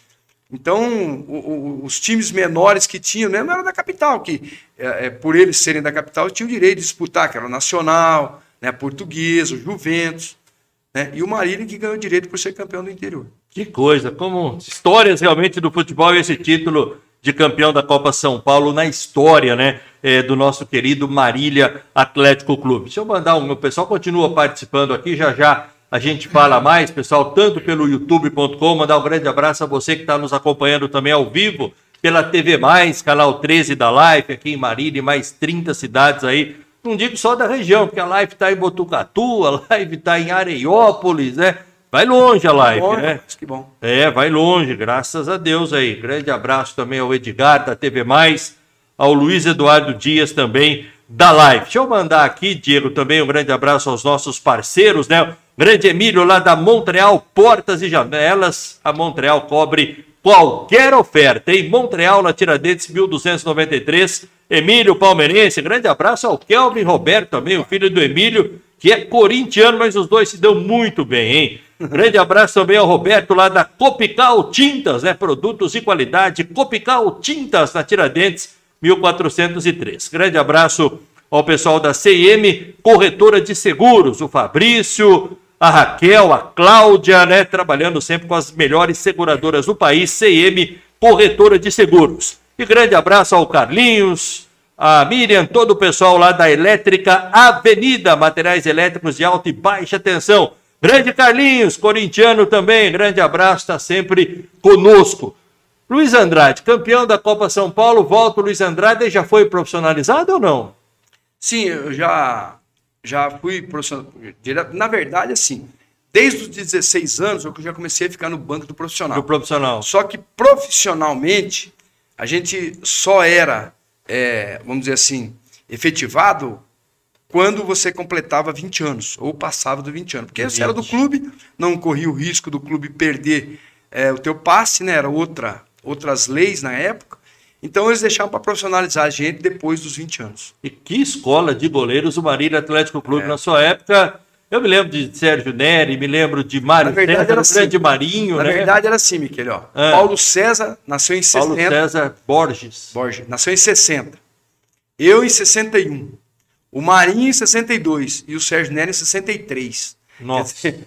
Então, o, o, os times menores que tinham, né, não era da capital, que é, é, por eles serem da capital, tinham o direito de disputar, que era o Nacional, né, a Portuguesa, o Juventus, né, e o Marília que ganhou o direito por ser campeão do interior. Que coisa, como histórias realmente do futebol e esse título de campeão da Copa São Paulo na história, né, é, do nosso querido Marília Atlético Clube. Deixa eu mandar um, o pessoal continua participando aqui, já já a gente fala mais, pessoal, tanto pelo youtube ponto com, mandar um grande abraço a você que está nos acompanhando também ao vivo, pela T V Mais, canal treze da Live, aqui em Marília e mais trinta cidades aí, não digo só da região, porque a Live está em Botucatu, a Live está em Areiópolis, né? Vai longe a Live, bom, né? Que bom. É, vai longe, graças a Deus aí. Grande abraço também ao Edgar da T V Mais, ao Luiz Eduardo Dias também da Live. Deixa eu mandar aqui, Diego, também um grande abraço aos nossos parceiros, né? Grande Emílio lá da Montreal Portas e Janelas. A Montreal cobre qualquer oferta. Em Montreal, na Tiradentes mil duzentos e noventa e três. Emílio Palmeirense. Grande abraço ao Kelvin Roberto também, o filho do Emílio, que é corintiano, mas os dois se dão muito bem, hein? Grande abraço também ao Roberto lá da Copical Tintas, né? Produtos de qualidade. Copical Tintas na Tiradentes mil quatrocentos e três. Grande abraço ao pessoal da C M Corretora de Seguros, o Fabrício, a Raquel, a Cláudia, né, trabalhando sempre com as melhores seguradoras do país, C M Corretora de Seguros. E grande abraço ao Carlinhos, a Miriam, todo o pessoal lá da Elétrica Avenida, materiais elétricos de alta e baixa tensão. Grande Carlinhos, corintiano também, grande abraço, está sempre conosco. Luiz Andrade, campeão da Copa São Paulo, volta o Luiz Andrade, já foi profissionalizado ou não? Sim, eu já, já fui profissional. Na verdade, assim, desde os dezesseis anos eu já comecei a ficar no banco do profissional. Do profissional. Só que profissionalmente, a gente só era, é, vamos dizer assim, efetivado quando você completava vinte anos, ou passava dos vinte anos. Porque você era do clube, não corria o risco do clube perder é, o teu passe, né? Era outra, outras leis na época. Então eles deixavam para profissionalizar a gente depois dos vinte anos. E que escola de goleiros o Marília Atlético Clube é. na sua época. Eu me lembro de Sérgio Neri, me lembro de Mário na verdade, César, era assim. grande Marinho. Na né? verdade era assim, Miquel. Ó. Ah. Paulo César nasceu em Paulo sessenta. César Borges. Borges. Nasceu em sessenta. Eu em sessenta e um. O Marinho em sessenta e dois. E o Sérgio Neri em sessenta e três. Nossa. Dizer,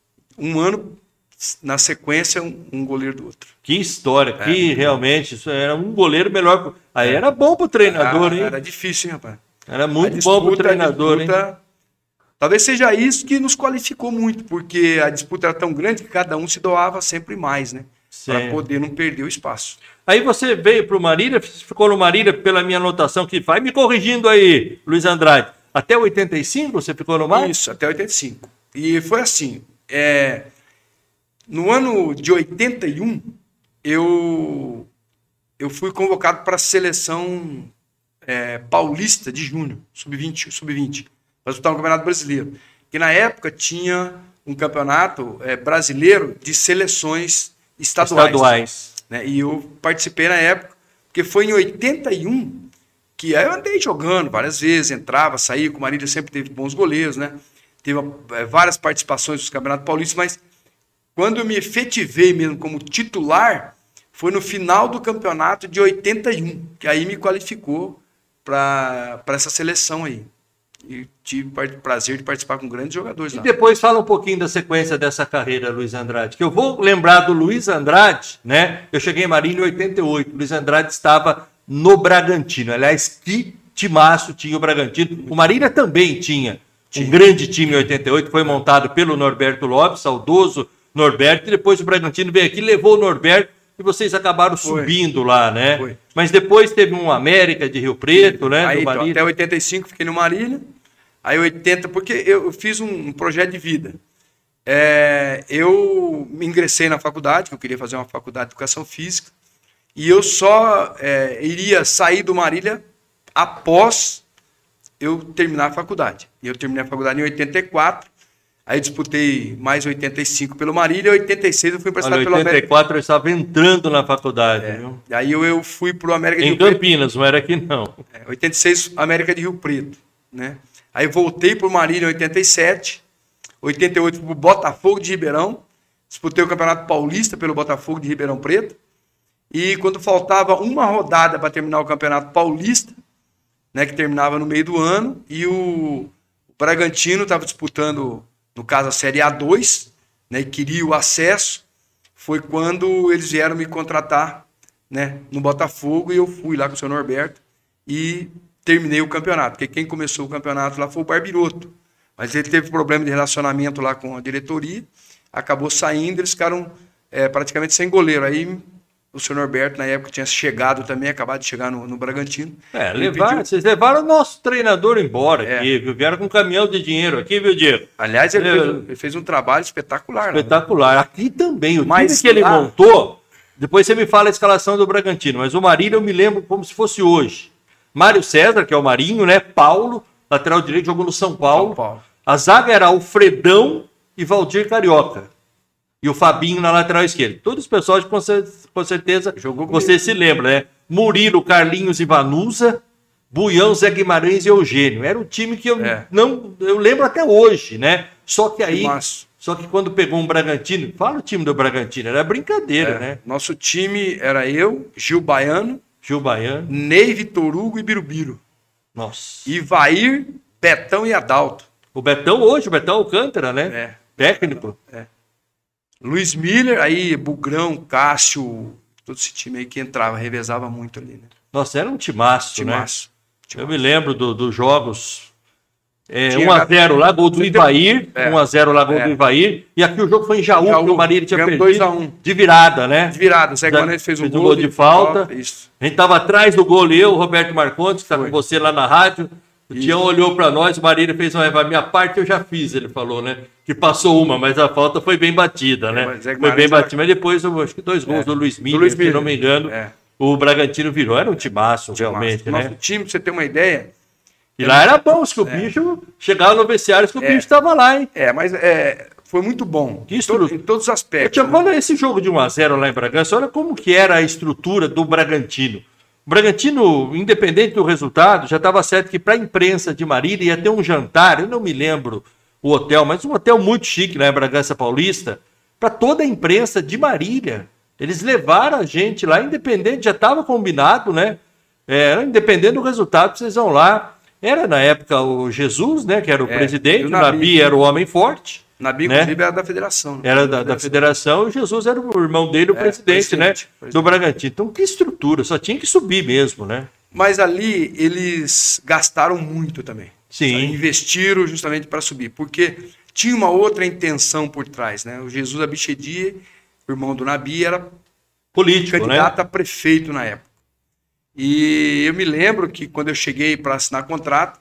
um ano na sequência, um, um goleiro do outro. Que história, É. que realmente, isso era um goleiro melhor. Aí era bom pro treinador, Ah, hein? Era difícil, hein, rapaz? Era muito A disputa, bom pro treinador, a disputa, hein? Talvez seja isso que nos qualificou muito, porque a disputa era tão grande que cada um se doava sempre mais, né? Para poder não perder o espaço. Aí você veio pro Marília, ficou no Marília pela minha anotação que vai me corrigindo aí, Luiz Andrade. Até oitenta e cinco você ficou no Marília? Isso, até oitenta e cinco. E foi assim, é, no ano de oitenta e um, eu, eu fui convocado para a seleção é, paulista de júnior, sub vinte, sub vinte, para disputar um campeonato brasileiro. Que na época tinha um campeonato é, brasileiro de seleções estaduais. Estaduais. Né? E eu participei na época, porque foi em oitenta e um que aí eu andei jogando várias vezes, entrava, saía, com o Marília sempre teve bons goleiros, né? Teve é, várias participações dos campeonatos paulistas, mas quando eu me efetivei mesmo como titular, foi no final do campeonato de oitenta e um, que aí me qualificou para essa seleção aí. E tive o prazer de participar com grandes jogadores e lá. E depois fala um pouquinho da sequência dessa carreira, Luiz Andrade, que eu vou lembrar do Luiz Andrade, né? Eu cheguei em Marília em oitenta e oito, o Luiz Andrade estava no Bragantino. Aliás, que timaço tinha o Bragantino. O Marília também tinha um grande time em oitenta e oito, foi montado pelo Norberto Lopes, saudoso Norberto, e depois o Bragantino veio aqui, levou o Norberto, e vocês acabaram foi. subindo lá, né? Foi. Mas depois teve um América de Rio Preto, né? Aí, então, até oitenta e cinco fiquei no Marília, aí oitenta, porque eu fiz um projeto de vida. É, eu me ingressei na faculdade, que eu queria fazer uma faculdade de Educação Física, e eu só é, iria sair do Marília após eu terminar a faculdade. E eu terminei a faculdade em oitenta e quatro, aí disputei mais oitenta e cinco pelo Marília, e oitenta e seis eu fui emprestado pelo América. Em oitenta e quatro eu estava entrando na faculdade, é, viu? Aí eu, eu fui para o América de em Rio Campinas, Preto. Não era aqui não. É, oitenta e seis, América de Rio Preto, né? Aí voltei para o Marília em oitenta e sete, oitenta e oito fui para o Botafogo de Ribeirão, disputei o Campeonato Paulista pelo Botafogo de Ribeirão Preto, e quando faltava uma rodada para terminar o Campeonato Paulista, né, que terminava no meio do ano, e o Bragantino estava disputando, no caso, a Série A dois, né, e queria o acesso, foi quando eles vieram me contratar, né, no Botafogo, e eu fui lá com o senhor Norberto e terminei o campeonato, porque quem começou o campeonato lá foi o Barbiroto, mas ele teve problema de relacionamento lá com a diretoria, acabou saindo, eles ficaram é, praticamente sem goleiro, aí o senhor Norberto, na época, tinha chegado também, acabado de chegar no, no Bragantino. É, levar, pediu... vocês levaram o nosso treinador embora é. aqui, viu? Vieram com um caminhão de dinheiro aqui, viu, Diego? Aliás, ele, é... fez, ele fez um trabalho espetacular. Espetacular. Lá, né? Aqui também, o mas, time que ele lá... montou, depois você me fala a escalação do Bragantino, mas o Marília eu me lembro como se fosse hoje. Mário César, que é o Marinho, né? Paulo, lateral direito, jogou no São Paulo. São Paulo. A zaga era Alfredão e Valdir Carioca. E o Fabinho na lateral esquerda. Todos os pessoas, com certeza, jogou você se lembra, né? Murilo, Carlinhos e Vanusa, Buião, Zé Guimarães e Eugênio. Era um time que eu é. não eu lembro até hoje, né? Só que aí, que só que quando pegou um Bragantino, fala o time do Bragantino, era brincadeira, é. né? Nosso time era eu, Gil Baiano, Gil Baiano, Ney, Vitor Hugo e Birubiru. Nossa. Ivair, Betão e Adalto. O Betão hoje, o Betão Alcântara, né? É. Técnico. É. Luiz Miller, aí Bugrão, Cássio, todo esse time aí que entrava, revezava muito ali, né? Nossa, era um timaço, timaço, né? timaço. Eu me lembro dos do jogos é, um a zero lá, gol do Ivair, é. um a zero lá, gol é. do Ivair, e aqui o jogo foi em Jaú, Jaú. que o Marília tinha perdido dois a um. De virada, né? De virada, o Zé Guimarães fez um gol, gol de, de falta, falta. Isso. A gente tava atrás do gol, eu, o Roberto Marcondes, que está com você lá na rádio. O Tião olhou para nós, o Marília fez uma... A minha parte eu já fiz, ele falou, né? Que passou uma, mas a falta foi bem batida, né? É, foi bem batida, mas depois, eu acho que dois gols é. do Luiz Miller, se não me engano, é. o Bragantino virou. Era um timaço, realmente, Nosso né? Nosso time, pra você ter uma ideia... E lá era bom, que o é. bicho chegava no vestiário, que o é. bicho estava lá, hein? É, mas é, foi muito bom, que estru... em todos os aspectos. Tião, né? Quando esse jogo de um a zero lá em Bragança, olha como que era a estrutura do Bragantino. O Bragantino, independente do resultado, já estava certo que para a imprensa de Marília ia ter um jantar, eu não me lembro o hotel, mas um hotel muito chique lá em Bragança Paulista, para toda a imprensa de Marília. Eles levaram a gente lá, independente, já estava combinado, né? É, independente do resultado, vocês vão lá. Era na época o Jesus, né? Que era o é, presidente, o Nabi, Nabi era o homem forte. Nabi, né? inclusive, era da federação. Né? Era da, da federação, e o Jesus era o irmão dele, o é, presidente, presidente, né? Presidente. Do Bragantino. Então, que estrutura, só tinha que subir mesmo, né? Mas ali eles gastaram muito também. Sim. Sabe? Investiram justamente para subir, porque tinha uma outra intenção por trás, né? O Jesus Abichedi, irmão do Nabi, era político, candidato né? a prefeito na época. E eu me lembro que quando eu cheguei para assinar contrato,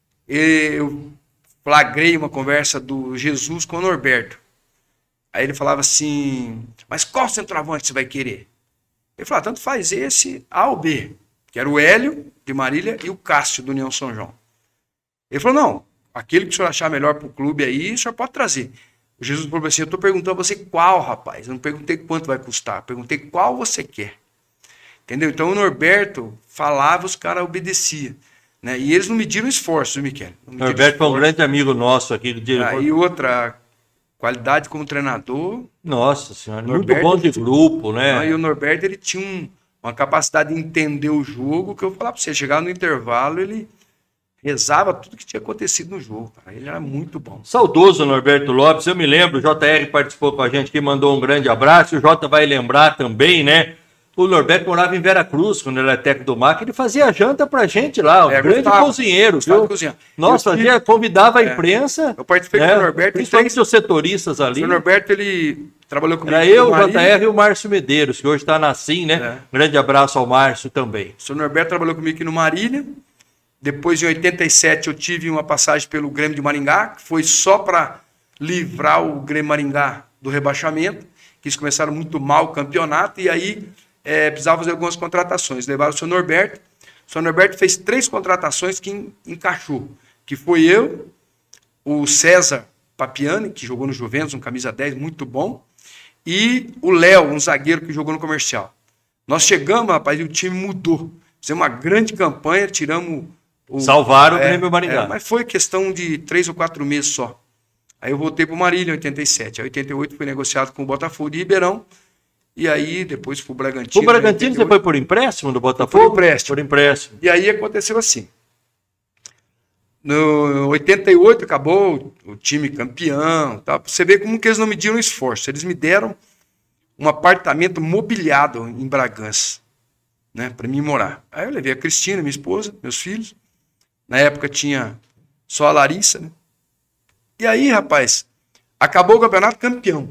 eu flagrei uma conversa do Jesus com o Norberto. Aí ele falava assim, mas qual centroavante você vai querer? Ele falava, tanto faz esse A ou B, que era o Hélio, de Marília, e o Cássio, do União São João. Ele falou, não, aquele que o senhor achar melhor para o clube aí, o senhor pode trazer. O Jesus falou assim, eu estou perguntando a você qual, rapaz. Eu não perguntei quanto vai custar, perguntei qual você quer. Entendeu? Então o Norberto falava, os caras obedeciam. Né? E eles não mediram esforço, Miquel. O Norberto foi um grande amigo nosso aqui. Do ah, e outra, qualidade como treinador. Nossa senhora, Norberto, muito bom de grupo, né? Não, e o Norberto, ele tinha um, uma capacidade de entender o jogo, que eu falava para você, chegar no intervalo, ele, rezava tudo que tinha acontecido no jogo, cara. Ele era muito bom. Saudoso Norberto Lopes, eu me lembro, o J R participou com a gente aqui, mandou um grande abraço, o Jota vai lembrar também, né? O Norberto morava em Veracruz, quando ele era técnico do M A C, ele fazia janta pra gente lá, um É, grande gostava, cozinheiro, gostava viu? de cozinhar. Nossa, Eu fazia, tive- convidava a É. imprensa, Eu participei né? com o Norberto, Principalmente então, os setoristas o ali. senhor Norberto, ele trabalhou comigo. Era no eu, o Marília. J R e o Márcio Medeiros, que hoje está na Sim, né? É. Grande abraço ao Márcio também. O senhor Norberto trabalhou comigo aqui no Marília. Depois, em oitenta e sete, eu tive uma passagem pelo Grêmio de Maringá, que foi só para livrar o Grêmio Maringá do rebaixamento, que eles começaram muito mal o campeonato, e aí é, precisava fazer algumas contratações. Levaram o senhor Norberto. O senhor Norberto fez três contratações que en- encaixou, que foi eu, o César Papiani, que jogou no Juventus, um camisa dez muito bom, e o Léo, um zagueiro que jogou no Comercial. Nós chegamos, rapaz, e o time mudou. Fizemos uma grande campanha, tiramos o... Salvaram o é, Grêmio Maringá. é, mas foi questão de três ou quatro meses só. Aí eu voltei para o Marília em oitenta e sete. Em oitenta e oito fui negociado com o Botafogo de Ribeirão. E aí depois fui para o Bragantino. O Bragantino em você oitenta e oito. foi por empréstimo do Botafogo? Por empréstimo. Por empréstimo. E aí aconteceu assim. No oitenta e oito acabou o time campeão. Tá? Você vê como que eles não mediram esforço. Eles me deram um apartamento mobiliado em Bragança, né, para mim morar. Aí eu levei a Cristina, minha esposa, meus filhos. Na época tinha só a Larissa, né? E aí, rapaz, acabou o campeonato campeão.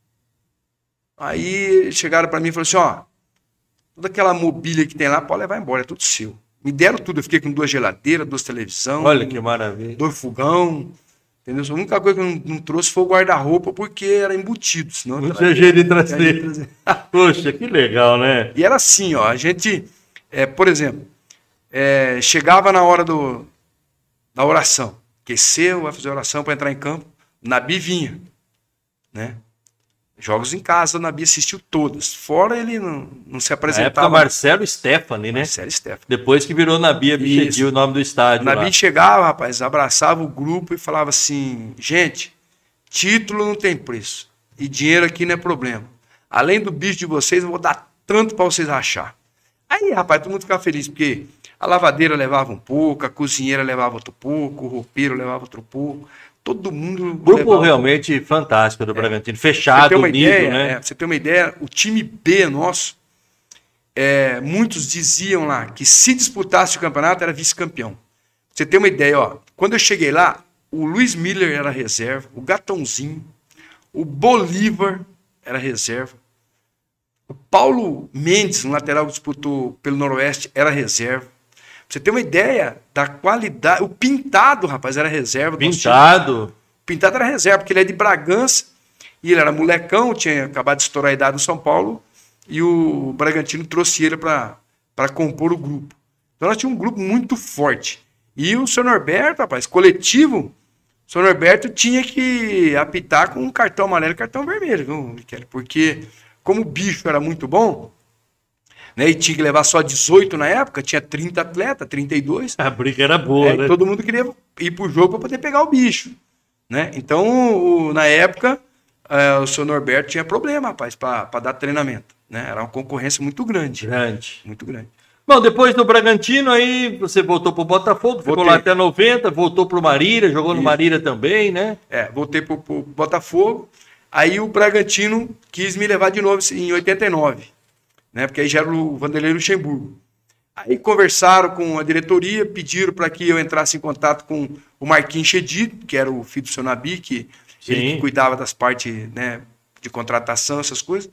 Aí chegaram para mim e falaram assim, ó, toda aquela mobília que tem lá pode levar embora, é tudo seu. Me deram tudo, eu fiquei com duas geladeiras, duas televisões. Olha que maravilha. Dois fogão, entendeu? A única coisa que eu não, não trouxe foi o guarda-roupa, porque era embutido. Senão Não eu tinha trazia- jeito de eu trazer. trazia. Poxa, que legal, né? E era assim, ó, a gente, é, por exemplo, é, chegava na hora do, da oração, aqueceu, vai fazer oração para entrar em campo, o Nabi vinha, né? Jogos em casa, o Nabi assistiu todas. Fora ele não, não se Na época, apresentava. Marcelo Stephanie, né? Marcelo Stefano. Depois que virou Nabia Bichedi, Isso. o nome do O estádio lá. Nabi chegava, rapaz, abraçava o grupo e falava assim, gente, título não tem preço. E dinheiro aqui não é problema. Além do bicho de vocês, eu vou dar tanto para vocês achar. Aí, rapaz, todo mundo ficava feliz, porque a lavadeira levava um pouco, a cozinheira levava outro pouco, o roupeiro levava outro pouco. Todo mundo. Grupo levava... realmente fantástico do Bragantino. Pra você Fechado, ter uma unido, ideia, né? é, pra você ter uma ideia, o time B nosso, é, muitos diziam lá que se disputasse o campeonato era vice-campeão. Pra você ter uma ideia, ó, quando eu cheguei lá, o Luiz Miller era reserva, o Gatãozinho, o Bolívar era reserva, o Paulo Mendes, um lateral que disputou pelo Noroeste, era reserva. Pra você ter uma ideia da qualidade, o Pintado, rapaz, era reserva. do nosso time. Pintado. O Pintado era reserva, porque ele é de Bragança, e ele era molecão, tinha acabado de estourar a idade no São Paulo, e o Bragantino trouxe ele para compor o grupo. Então nós tínhamos um grupo muito forte. E o senhor Norberto, rapaz, coletivo, o senhor Norberto tinha que apitar com um cartão amarelo e cartão vermelho, viu, Michele? Porque como o bicho era muito bom, né, e tinha que levar só dezoito na época, tinha trinta atletas, trinta e dois. A briga era boa, É, né? e todo mundo queria ir pro jogo para poder pegar o bicho, né? Então, o- na época, é, o senhor Norberto tinha problema, rapaz, para dar treinamento, né? Era uma concorrência muito grande, Grande. muito grande. Bom, depois do Bragantino, aí você voltou pro Botafogo, ficou Voltei. lá até noventa, voltou pro Marília, jogou no Isso. Marília também, né? É, voltei pro, pro Botafogo, aí o Bragantino quis me levar de novo em oitenta e nove, né? Porque aí já era o Vanderlei Luxemburgo. Aí conversaram com a diretoria, pediram para que eu entrasse em contato com o Marquinhos Chedid, que era o filho do seu Nabi, que ele Sim. que cuidava das partes, né, de contratação, essas coisas.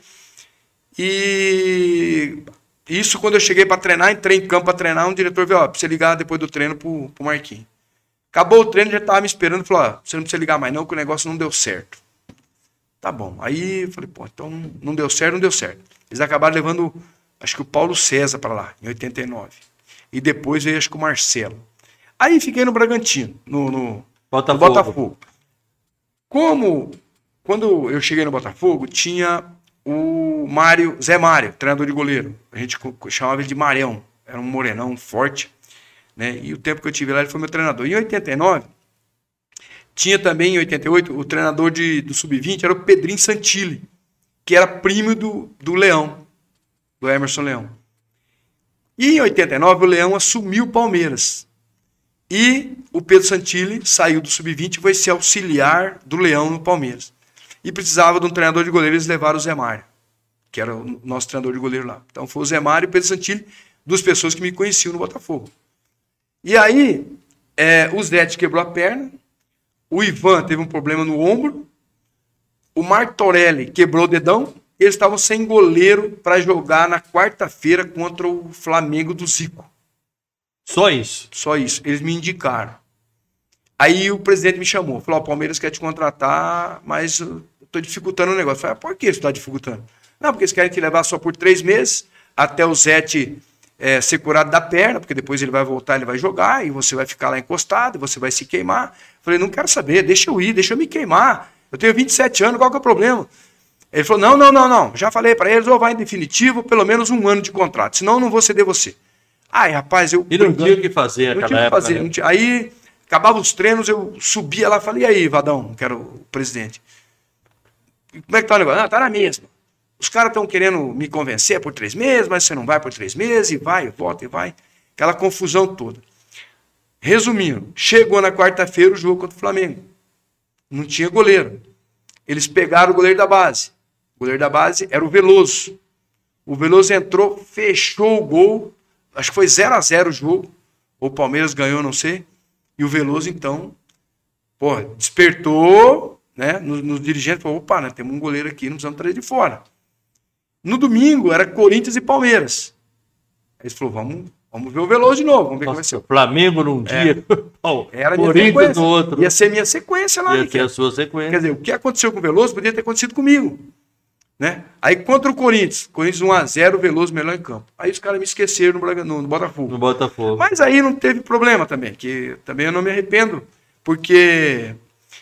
E isso quando eu cheguei para treinar, entrei em campo para treinar, um diretor veio, ó, pra você ligar depois do treino pro, pro Marquinhos. Acabou o treino, ele já estava me esperando, falou, ó, você não precisa ligar mais não, que o negócio não deu certo. Tá bom. Aí eu falei, pô, então não deu certo, não deu certo. Eles acabaram levando, acho que o Paulo César para lá, em oitenta e nove. E depois veio, acho que o Marcelo. Aí fiquei no Bragantino, no, no, Botafogo. no Botafogo. Como, quando eu cheguei no Botafogo, tinha o Mário, Zé Mário, treinador de goleiro. A gente co- chamava ele de Marião. Era um morenão forte, né? E o tempo que eu tive lá, ele foi meu treinador. Em oitenta e nove, tinha também, em oitenta e oito, o treinador de, do sub vinte era o Pedrinho Santilli, que era primo do, do Leão, do Emerson Leão. E em oitenta e nove, o Leão assumiu o Palmeiras. E o Pedro Santilli saiu do sub vinte e foi ser auxiliar do Leão no Palmeiras. E precisava de um treinador de goleiro, eles levaram o Zé Mário, que era o nosso treinador de goleiro lá. Então foi o Zé Mário e o Pedro Santilli, duas pessoas que me conheciam no Botafogo. E aí, é, o Zete quebrou a perna, o Ivan teve um problema no ombro, o Martorelli quebrou o dedão, eles estavam sem goleiro para jogar na quarta-feira contra o Flamengo do Zico. Só isso? Só isso. Eles me indicaram. Aí o presidente me chamou, falou, o Palmeiras quer te contratar, mas eu estou dificultando o negócio. Eu falei, ah, por que você está dificultando? Não, porque eles querem te levar só por três meses, até o Zete é, ser curado da perna, porque depois ele vai voltar, ele vai jogar, e você vai ficar lá encostado, e você vai se queimar. Eu falei, não quero saber, deixa eu ir, deixa eu me queimar. Eu tenho vinte e sete anos, qual que é o problema? Ele falou, não, não, não, não. Já falei para eles, ou vai em definitivo, pelo menos um ano de contrato, senão eu não vou ceder você. Ai, rapaz, eu... E não tinha o que fazer naquela época. Fazer, né? tinha, aí, acabava os treinos, eu subia lá e falei, e aí, Vadão, que era o presidente, como é que tá o negócio? Ah, tá na mesma. Os caras estão querendo me convencer por três meses, mas você não vai por três meses, e vai, e volta, e vai. Aquela confusão toda. Resumindo, chegou na quarta-feira o jogo contra o Flamengo. Não tinha goleiro. Eles pegaram o goleiro da base. O goleiro da base era o Veloso. O Veloso entrou, fechou o gol. Acho que foi zero a zero o jogo. Ou o Palmeiras ganhou, não sei. E o Veloso, então, porra, despertou, né? Nos, nos dirigentes, falou, opa, né, temos um goleiro aqui, não precisamos trazer de fora. No domingo, era Corinthians e Palmeiras. Aí eles falaram, vamos, vamos ver o Veloso de novo, vamos ver. Nossa, como vai ser. O Flamengo num dia, é. Era Corinthians no outro. Ia ser minha sequência lá. Ia ser a sua sequência. Quer dizer, o que aconteceu com o Veloso podia ter acontecido comigo. Né? Aí contra o Corinthians, Corinthians um a zero, o Veloso melhor em campo. Aí os caras me esqueceram no, no, no Botafogo. No Botafogo. Mas aí não teve problema também, que também eu não me arrependo, porque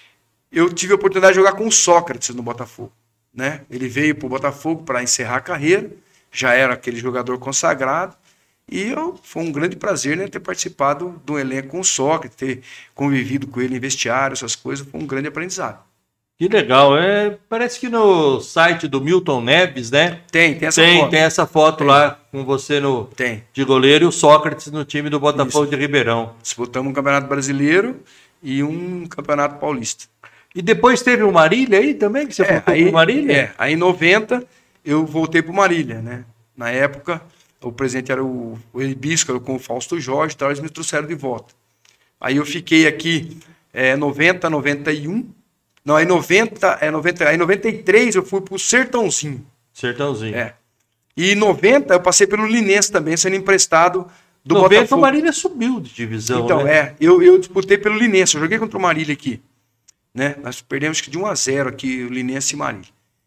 eu tive a oportunidade de jogar com o Sócrates no Botafogo. Né? Ele veio para o Botafogo para encerrar a carreira, já era aquele jogador consagrado, e eu, foi um grande prazer, né, ter participado do elenco com o Sócrates, ter convivido com ele em vestiário, essas coisas, foi um grande aprendizado. Que legal, é, parece que no site do Milton Neves, né? Tem, tem essa tem, foto. Tem essa foto tem. lá com você no, tem. de goleiro e o Sócrates no time do Botafogo Isso. de Ribeirão. Disputamos um campeonato brasileiro e um campeonato paulista. E depois teve o Marília aí também, que você é, voltou aí, pro Marília? É, aí em noventa eu voltei pro Marília, né? Na época, o presidente era o, o Elibisco, com o Fausto Jorge, então eles me trouxeram de volta. Aí eu fiquei aqui é, noventa, noventa e um. Não, aí noventa, é noventa, aí noventa e três eu fui pro Sertãozinho. Sertãozinho. É. E em noventa eu passei pelo Linense também, sendo emprestado do noventa, Botafogo. O Marília subiu de divisão, Então, né? é, eu, eu disputei pelo Linense, eu joguei contra o Marília aqui. Né? Nós perdemos de um a zero aqui, o Linense e Marília.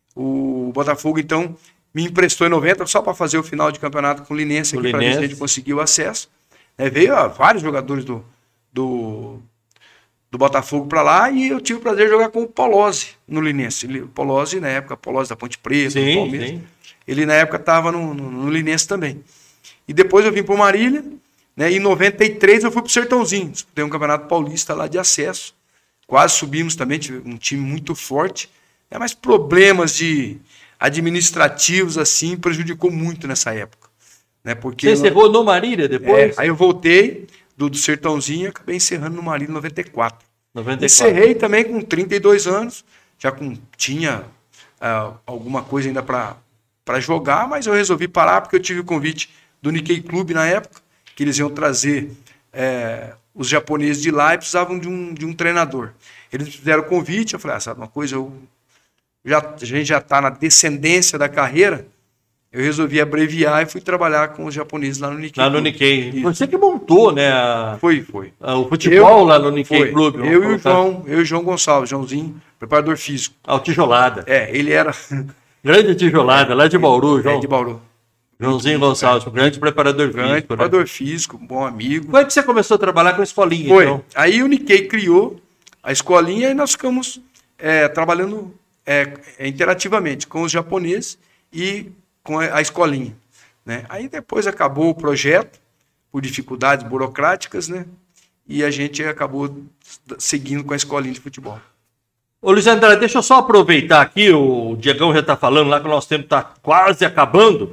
O Botafogo, então, me emprestou em noventa só para fazer o final de campeonato com o Linense, aqui para ver se a gente conseguiu acesso. É, veio ó, vários jogadores do... do do Botafogo para lá, e eu tive o prazer de jogar com o Polozzi no Linense. O Polozzi, na época, Polozzi da Ponte Preta, sim, do Palmeiras. Sim. Ele, na época, estava no, no, no Linense também. E depois eu vim para o Marília, né, e em noventa e três eu fui para o Sertãozinho. Tem um campeonato paulista lá de acesso. Quase subimos também, tive um time muito forte. Né, mas problemas de administrativos, assim, prejudicou muito nessa época. Né, porque Você encerrou no Marília depois? É, aí eu voltei... Do, do Sertãozinho, acabei encerrando no Marília em noventa e quatro. noventa e quatro. Encerrei também com trinta e dois anos, já com, tinha uh, alguma coisa ainda para jogar, mas eu resolvi parar porque eu tive o convite do Nikkei Clube na época, que eles iam trazer é, os japoneses de lá e precisavam de um, de um treinador. Eles fizeram o convite, eu falei, ah, sabe uma coisa, eu, já, a gente já está na descendência da carreira, eu resolvi abreviar e fui trabalhar com os japoneses lá no Nikkei. Lá no Nikkei. Isso. Você que montou, né? A... Foi, foi. A, o futebol eu, lá no Nikkei Clube. Eu e o João, eu e o João Gonçalves, Joãozinho, preparador físico. Ah, o Tijolada. É, ele era... Grande Tijolada, é, lá de Bauru, João. É, de Bauru. Joãozinho Gonçalves, é. grande preparador grande físico. Preparador né? físico, bom amigo. Como é que você começou a trabalhar com a escolinha, Foi. Então? Aí o Nikkei criou a escolinha e nós ficamos é, trabalhando é, interativamente com os japoneses e com a escolinha. Né? Aí depois acabou o projeto, por dificuldades burocráticas, né? E a gente acabou seguindo com a escolinha de futebol. Ô Luiz André, deixa eu só aproveitar aqui, o Diegão já está falando lá que o nosso tempo está quase acabando.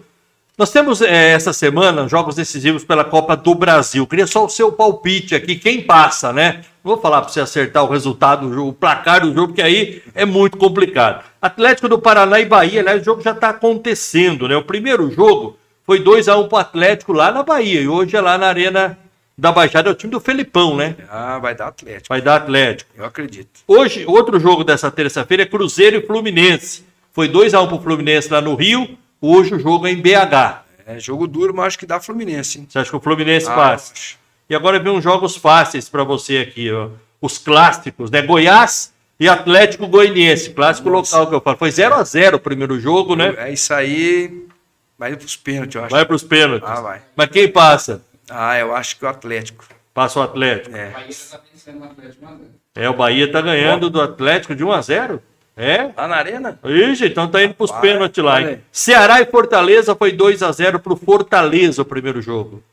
Nós temos é, essa semana jogos decisivos pela Copa do Brasil. Queria só o seu palpite aqui, quem passa, né? Não vou falar para você acertar o resultado do jogo, o placar do jogo, porque aí é muito complicado. Atlético do Paraná e Bahia, né? O jogo já está acontecendo, né? O primeiro jogo foi dois a um para o Atlético lá na Bahia, e hoje é lá na Arena da Baixada, é o time do Felipão, né? Ah, vai dar Atlético. Vai dar Atlético. Eu acredito. Hoje, outro jogo dessa terça-feira é Cruzeiro e Fluminense. Foi dois a um para o Fluminense lá no Rio, hoje o jogo é em B H. É jogo duro, mas acho que dá Fluminense, hein? Você acha que o Fluminense Ah, passa? acho. E agora vem uns jogos fáceis para você aqui, ó. Os clássicos, né? Goiás e Atlético Goianiense, clássico Nossa. local que eu falo. Foi zero a zero o primeiro jogo, né? É isso aí, vai pros pênaltis, eu acho. Vai para os pênaltis. Ah, vai. Mas quem passa? Ah, eu acho que o Atlético. Passa o Atlético. É. Bahia está vencendo o Atlético um a zero. É, o Bahia tá ganhando do Atlético de um a zero. É? Lá na Arena? Ixi, então tá indo pros Rapaz, pênaltis lá, olha hein? aí. Ceará e Fortaleza foi dois a zero pro Fortaleza o primeiro jogo.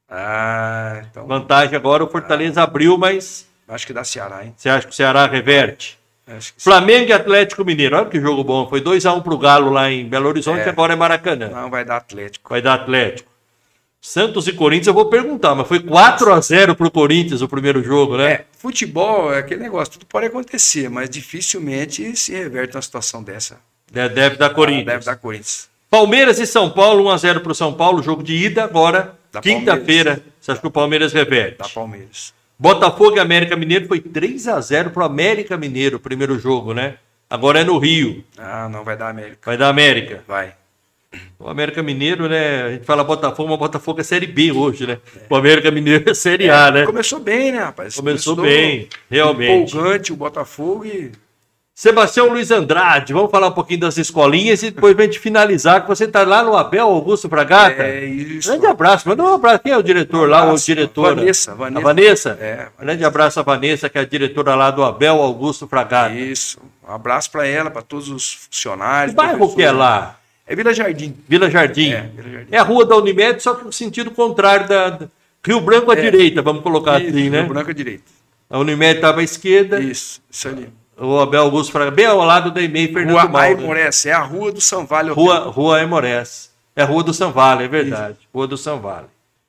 Ah, então. Vantagem agora, o Fortaleza abriu, mas Acho que dá Ceará, hein? você acha que o Ceará reverte? Acho que sim. Flamengo e Atlético Mineiro, olha que jogo bom. Foi dois a um pro Galo lá em Belo Horizonte, É. agora é Maracanã. Não, vai dar Atlético. Vai dar Atlético. Santos e Corinthians, eu vou perguntar, mas foi quatro a zero pro Corinthians o primeiro jogo, né? É, futebol é aquele negócio, tudo pode acontecer, mas dificilmente se reverte uma situação dessa. De- Deve dar Corinthians. Ah, deve dar Corinthians. Palmeiras e São Paulo, um a zero pro São Paulo, jogo de ida agora, Dá quinta-feira. Você acha que o Palmeiras reverte? Da Palmeiras. Botafogo e América Mineiro foi três a zero pro América Mineiro o primeiro jogo, né? Agora é no Rio. Ah, não vai dar América. Vai dar América. Vai. O América Mineiro, né? A gente fala Botafogo, mas Botafogo é Série B hoje, né? O América Mineiro é Série A, né? Começou bem, né, rapaz? Começou bem, realmente. Empolgante o Botafogo e... Sebastião Luiz Andrade, vamos falar um pouquinho das escolinhas e depois a gente finalizar, que você está lá no Abel Augusto Fragata. É isso. Grande abraço, manda um abraço. Quem é o diretor lá, o abraço. diretor? Vanessa, Vanessa. A Vanessa? É, Grande abraço a Vanessa, que é a diretora lá do Abel Augusto Fragata. Isso. Um abraço para ela, para todos os funcionários. Que bairro que é lá? É Vila Jardim. Vila Jardim. É, Vila Jardim. É a rua da Unimed, só que no sentido contrário da... da- Rio Branco à É. direita, vamos colocar Isso, assim, né? Rio Branco à direita. A Unimed estava à esquerda, Isso, isso ali. o Abel Augusto Fragata, bem ao lado da E M E I Fernando Rua Malga. Aimorés, é a rua do São Vale. Rua, rua Aimorés. É a Rua do São Vale, é verdade. Rua do São Vale.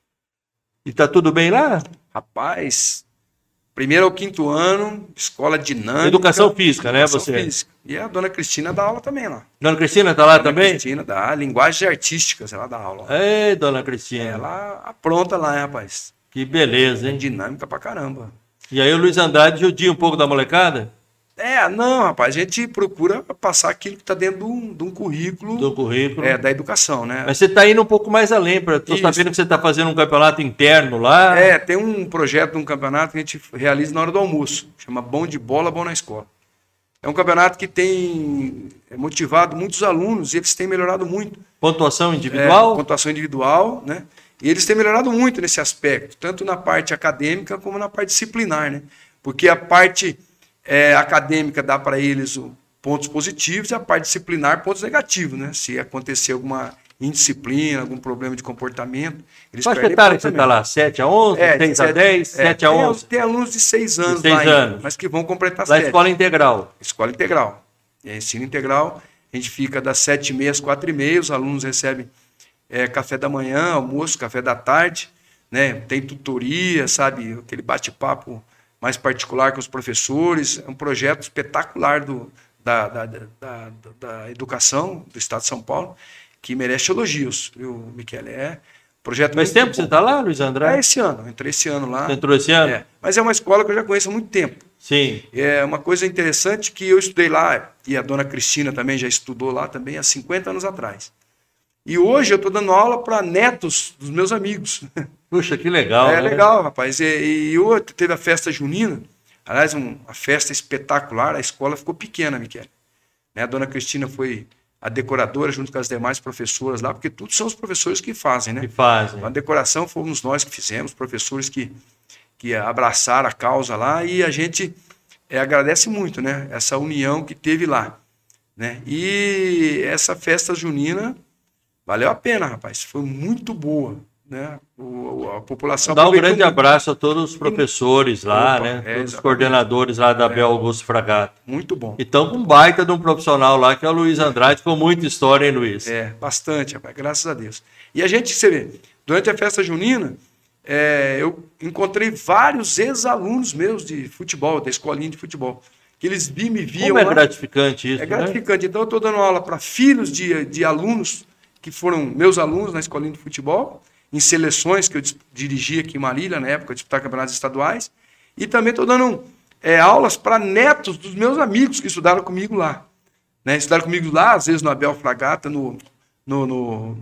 E tá tudo bem lá? Rapaz, primeiro ao quinto ano, escola dinâmica. Educação física, né, educação você? física. E a dona Cristina dá aula também lá. Dona Cristina tá lá Dona também? Cristina dá linguagens artísticas, ela dá aula. Ei, dona Cristina. Ela apronta lá, hein, rapaz. Que beleza, É hein? dinâmica pra caramba. E aí o Luiz Andrade judia um pouco da molecada? É, não, rapaz, a gente procura passar aquilo que está dentro de um, de um currículo Do currículo. é, da educação, né? Mas você tá indo um pouco mais além. Pra... Tô Isso. sabendo que você tá fazendo um campeonato interno lá. É, tem um projeto de um campeonato que a gente realiza na hora do almoço, chama Bom de Bola, Bom na Escola. É um campeonato que tem motivado muitos alunos e eles têm melhorado muito. Pontuação É, individual? pontuação individual, né? E eles têm melhorado muito nesse aspecto, tanto na parte acadêmica como na parte disciplinar, né? Porque a parte é, acadêmica dá para eles o, pontos positivos e a parte disciplinar pontos negativos, né? Se acontecer alguma indisciplina, algum problema de comportamento, eles Faixa perdem etária que você ponto tá também. lá? sete a onze? É, seis a sete- dez? é, sete a tem- onze? Tem alunos de seis anos seis lá ainda, anos. mas que vão completar Lá é sete. escola integral. Escola integral. É ensino integral. A gente fica das sete e meia às quatro e meia. Os alunos recebem é, café da manhã, almoço, café da tarde. Né? Tem tutoria, sabe? Aquele bate-papo mais particular com os professores. É um projeto espetacular do, da, da, da, da, da educação do Estado de São Paulo, que merece elogios, viu, Michele? É um projeto Faz muito tempo que bom. você tá lá, Luiz É Andrade? esse ano. Entrei esse ano lá. Você entrou esse ano? É. Mas é uma escola que eu já conheço há muito tempo. Sim. É uma coisa interessante que eu estudei lá, e a dona Cristina também já estudou lá também há cinquenta anos atrás. E hoje eu estou dando aula para netos dos meus amigos. Puxa, que legal. É né? legal, rapaz. E, e hoje teve a festa junina, aliás, um, uma festa espetacular, a escola ficou pequena, Michele. Né? A dona Cristina foi a decoradora junto com as demais professoras lá, porque todos são os professores que fazem, né? Que fazem. A decoração fomos nós que fizemos, professores que, que abraçaram a causa lá, e a gente é, agradece muito, né? Essa união que teve lá, né? E essa festa junina valeu a pena, rapaz. Foi muito boa, né? O, a população... Dá um grande muito. abraço a todos os professores lá, Opa, né? é, Todos os exatamente. coordenadores lá da Abel Augusto Fragato. Muito bom. E estão com um baita de um profissional lá, que é o Luiz Andrade, com muita história, hein, Luiz? É, bastante, rapaz, graças a Deus. E a gente, você vê, durante a festa junina, é, eu encontrei vários ex-alunos meus de futebol, da escolinha de futebol, que eles vi, me viam Como é lá. gratificante isso, É né? gratificante. Então, eu estou dando aula para filhos de, de alunos, que foram meus alunos na escolinha de futebol, em seleções que eu dirigi aqui em Marília, na época, disputar campeonatos estaduais, e também estou dando é, aulas para netos dos meus amigos que estudaram comigo lá. Né? Estudaram comigo lá, às vezes no Abel Fragata, no, no, no,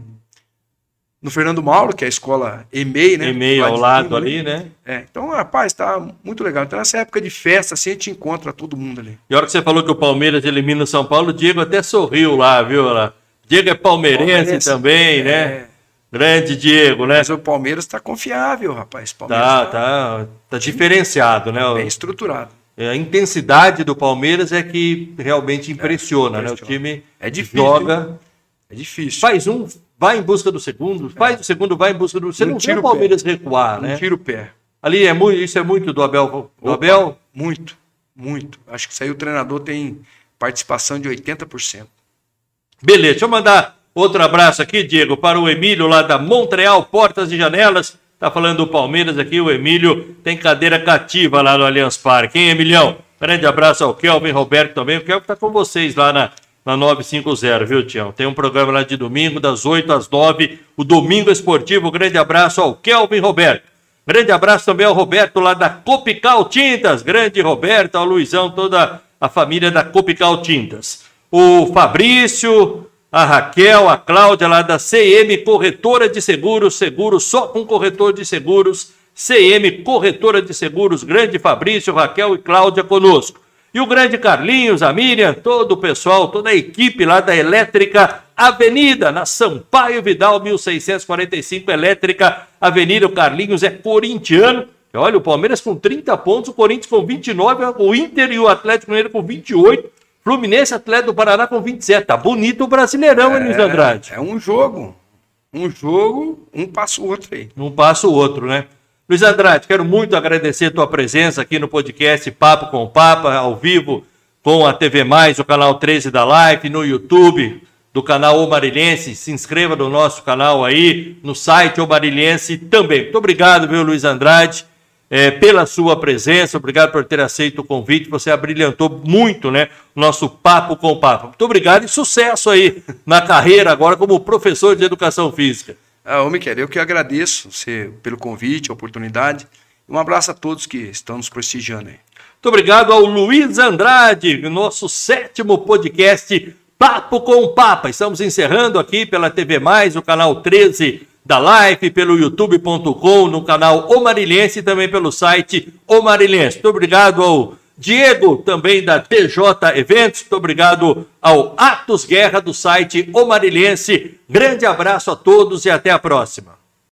no Fernando Mauro, que é a escola E M E I, né? E M E I ao lado ali, né? É, então, rapaz, está muito legal. Então, nessa época de festa, assim, a gente encontra todo mundo ali. E a hora que você falou que o Palmeiras elimina o São Paulo, o Diego até sorriu lá, viu? Lá. Diego é palmeirense, palmeirense também, é... né? Grande Diego, né? Mas o Palmeiras está confiável, rapaz. Palmeiras tá, tá, tá, tá diferenciado, né? Bem estruturado. A intensidade do Palmeiras é que realmente impressiona, é, né? O time é difícil, joga... É difícil. Faz um, vai em busca do segundo, faz é. o segundo, vai em busca do... Você não, não tira o Palmeiras pé. recuar, não né? Não tira o pé. Ali é muito, isso é muito do Abel. Do Opa, Abel? Muito, muito. Acho que isso aí o treinador tem participação de oitenta por cento. Beleza, deixa eu mandar outro abraço aqui, Diego, para o Emílio lá da Montreal Portas e Janelas. Tá falando do Palmeiras aqui, o Emílio tem cadeira cativa lá no Allianz Parque, hein, Emilhão? Grande abraço ao Kelvin Roberto também. O Kelvin tá com vocês lá na, na novecentos e cinquenta, viu, Tião? Tem um programa lá de domingo, das oito às nove, o Domingo Esportivo. Grande abraço ao Kelvin Roberto. Grande abraço também ao Roberto lá da Copical Tintas. Grande Roberto, ao Luizão, toda a família da Copical Tintas. O Fabrício, a Raquel, a Cláudia lá da C M Corretora de Seguros, seguro só com corretor de seguros, C M Corretora de Seguros, grande Fabrício, Raquel e Cláudia conosco. E o grande Carlinhos, a Miriam, todo o pessoal, toda a equipe lá da Elétrica Avenida, na Sampaio Vidal, mil seiscentos e quarenta e cinco, Elétrica Avenida. O Carlinhos é corintiano. Olha, o Palmeiras com trinta pontos, o Corinthians com vinte e nove, o Inter e o Atlético Mineiro com vinte e oito. Fluminense, Atlético do Paraná com vinte e sete. Tá bonito o Brasileirão, hein, Luiz Andrade? É um jogo. Um jogo, um passa o outro aí. Um passa o outro, né? Luiz Andrade, quero muito agradecer a tua presença aqui no podcast Papo com Papa, ao vivo com a T V Mais, o canal treze da Live, no YouTube do canal O Marilhense. Se inscreva no nosso canal aí, no site O Marilhense também. Muito obrigado, viu, Luiz Andrade? É, pela sua presença, obrigado por ter aceito o convite, você abrilhantou muito, né, o nosso Papo com o Papa. Muito obrigado e sucesso aí na carreira agora como professor de Educação Física. Ah, ô Miquel, eu que agradeço você pelo convite, a oportunidade, um abraço a todos que estão nos prestigiando aí. Muito obrigado ao Luiz Andrade, nosso sétimo podcast Papo com o Papa. Estamos encerrando aqui pela T V Mais, o canal treze da Live, pelo youtube ponto com, no canal O Marilhense e também pelo site O Marilhense. Muito obrigado ao Diego, também da T J Eventos. Muito obrigado ao Atos Guerra, do site O Marilhense. Grande abraço a todos e até a próxima.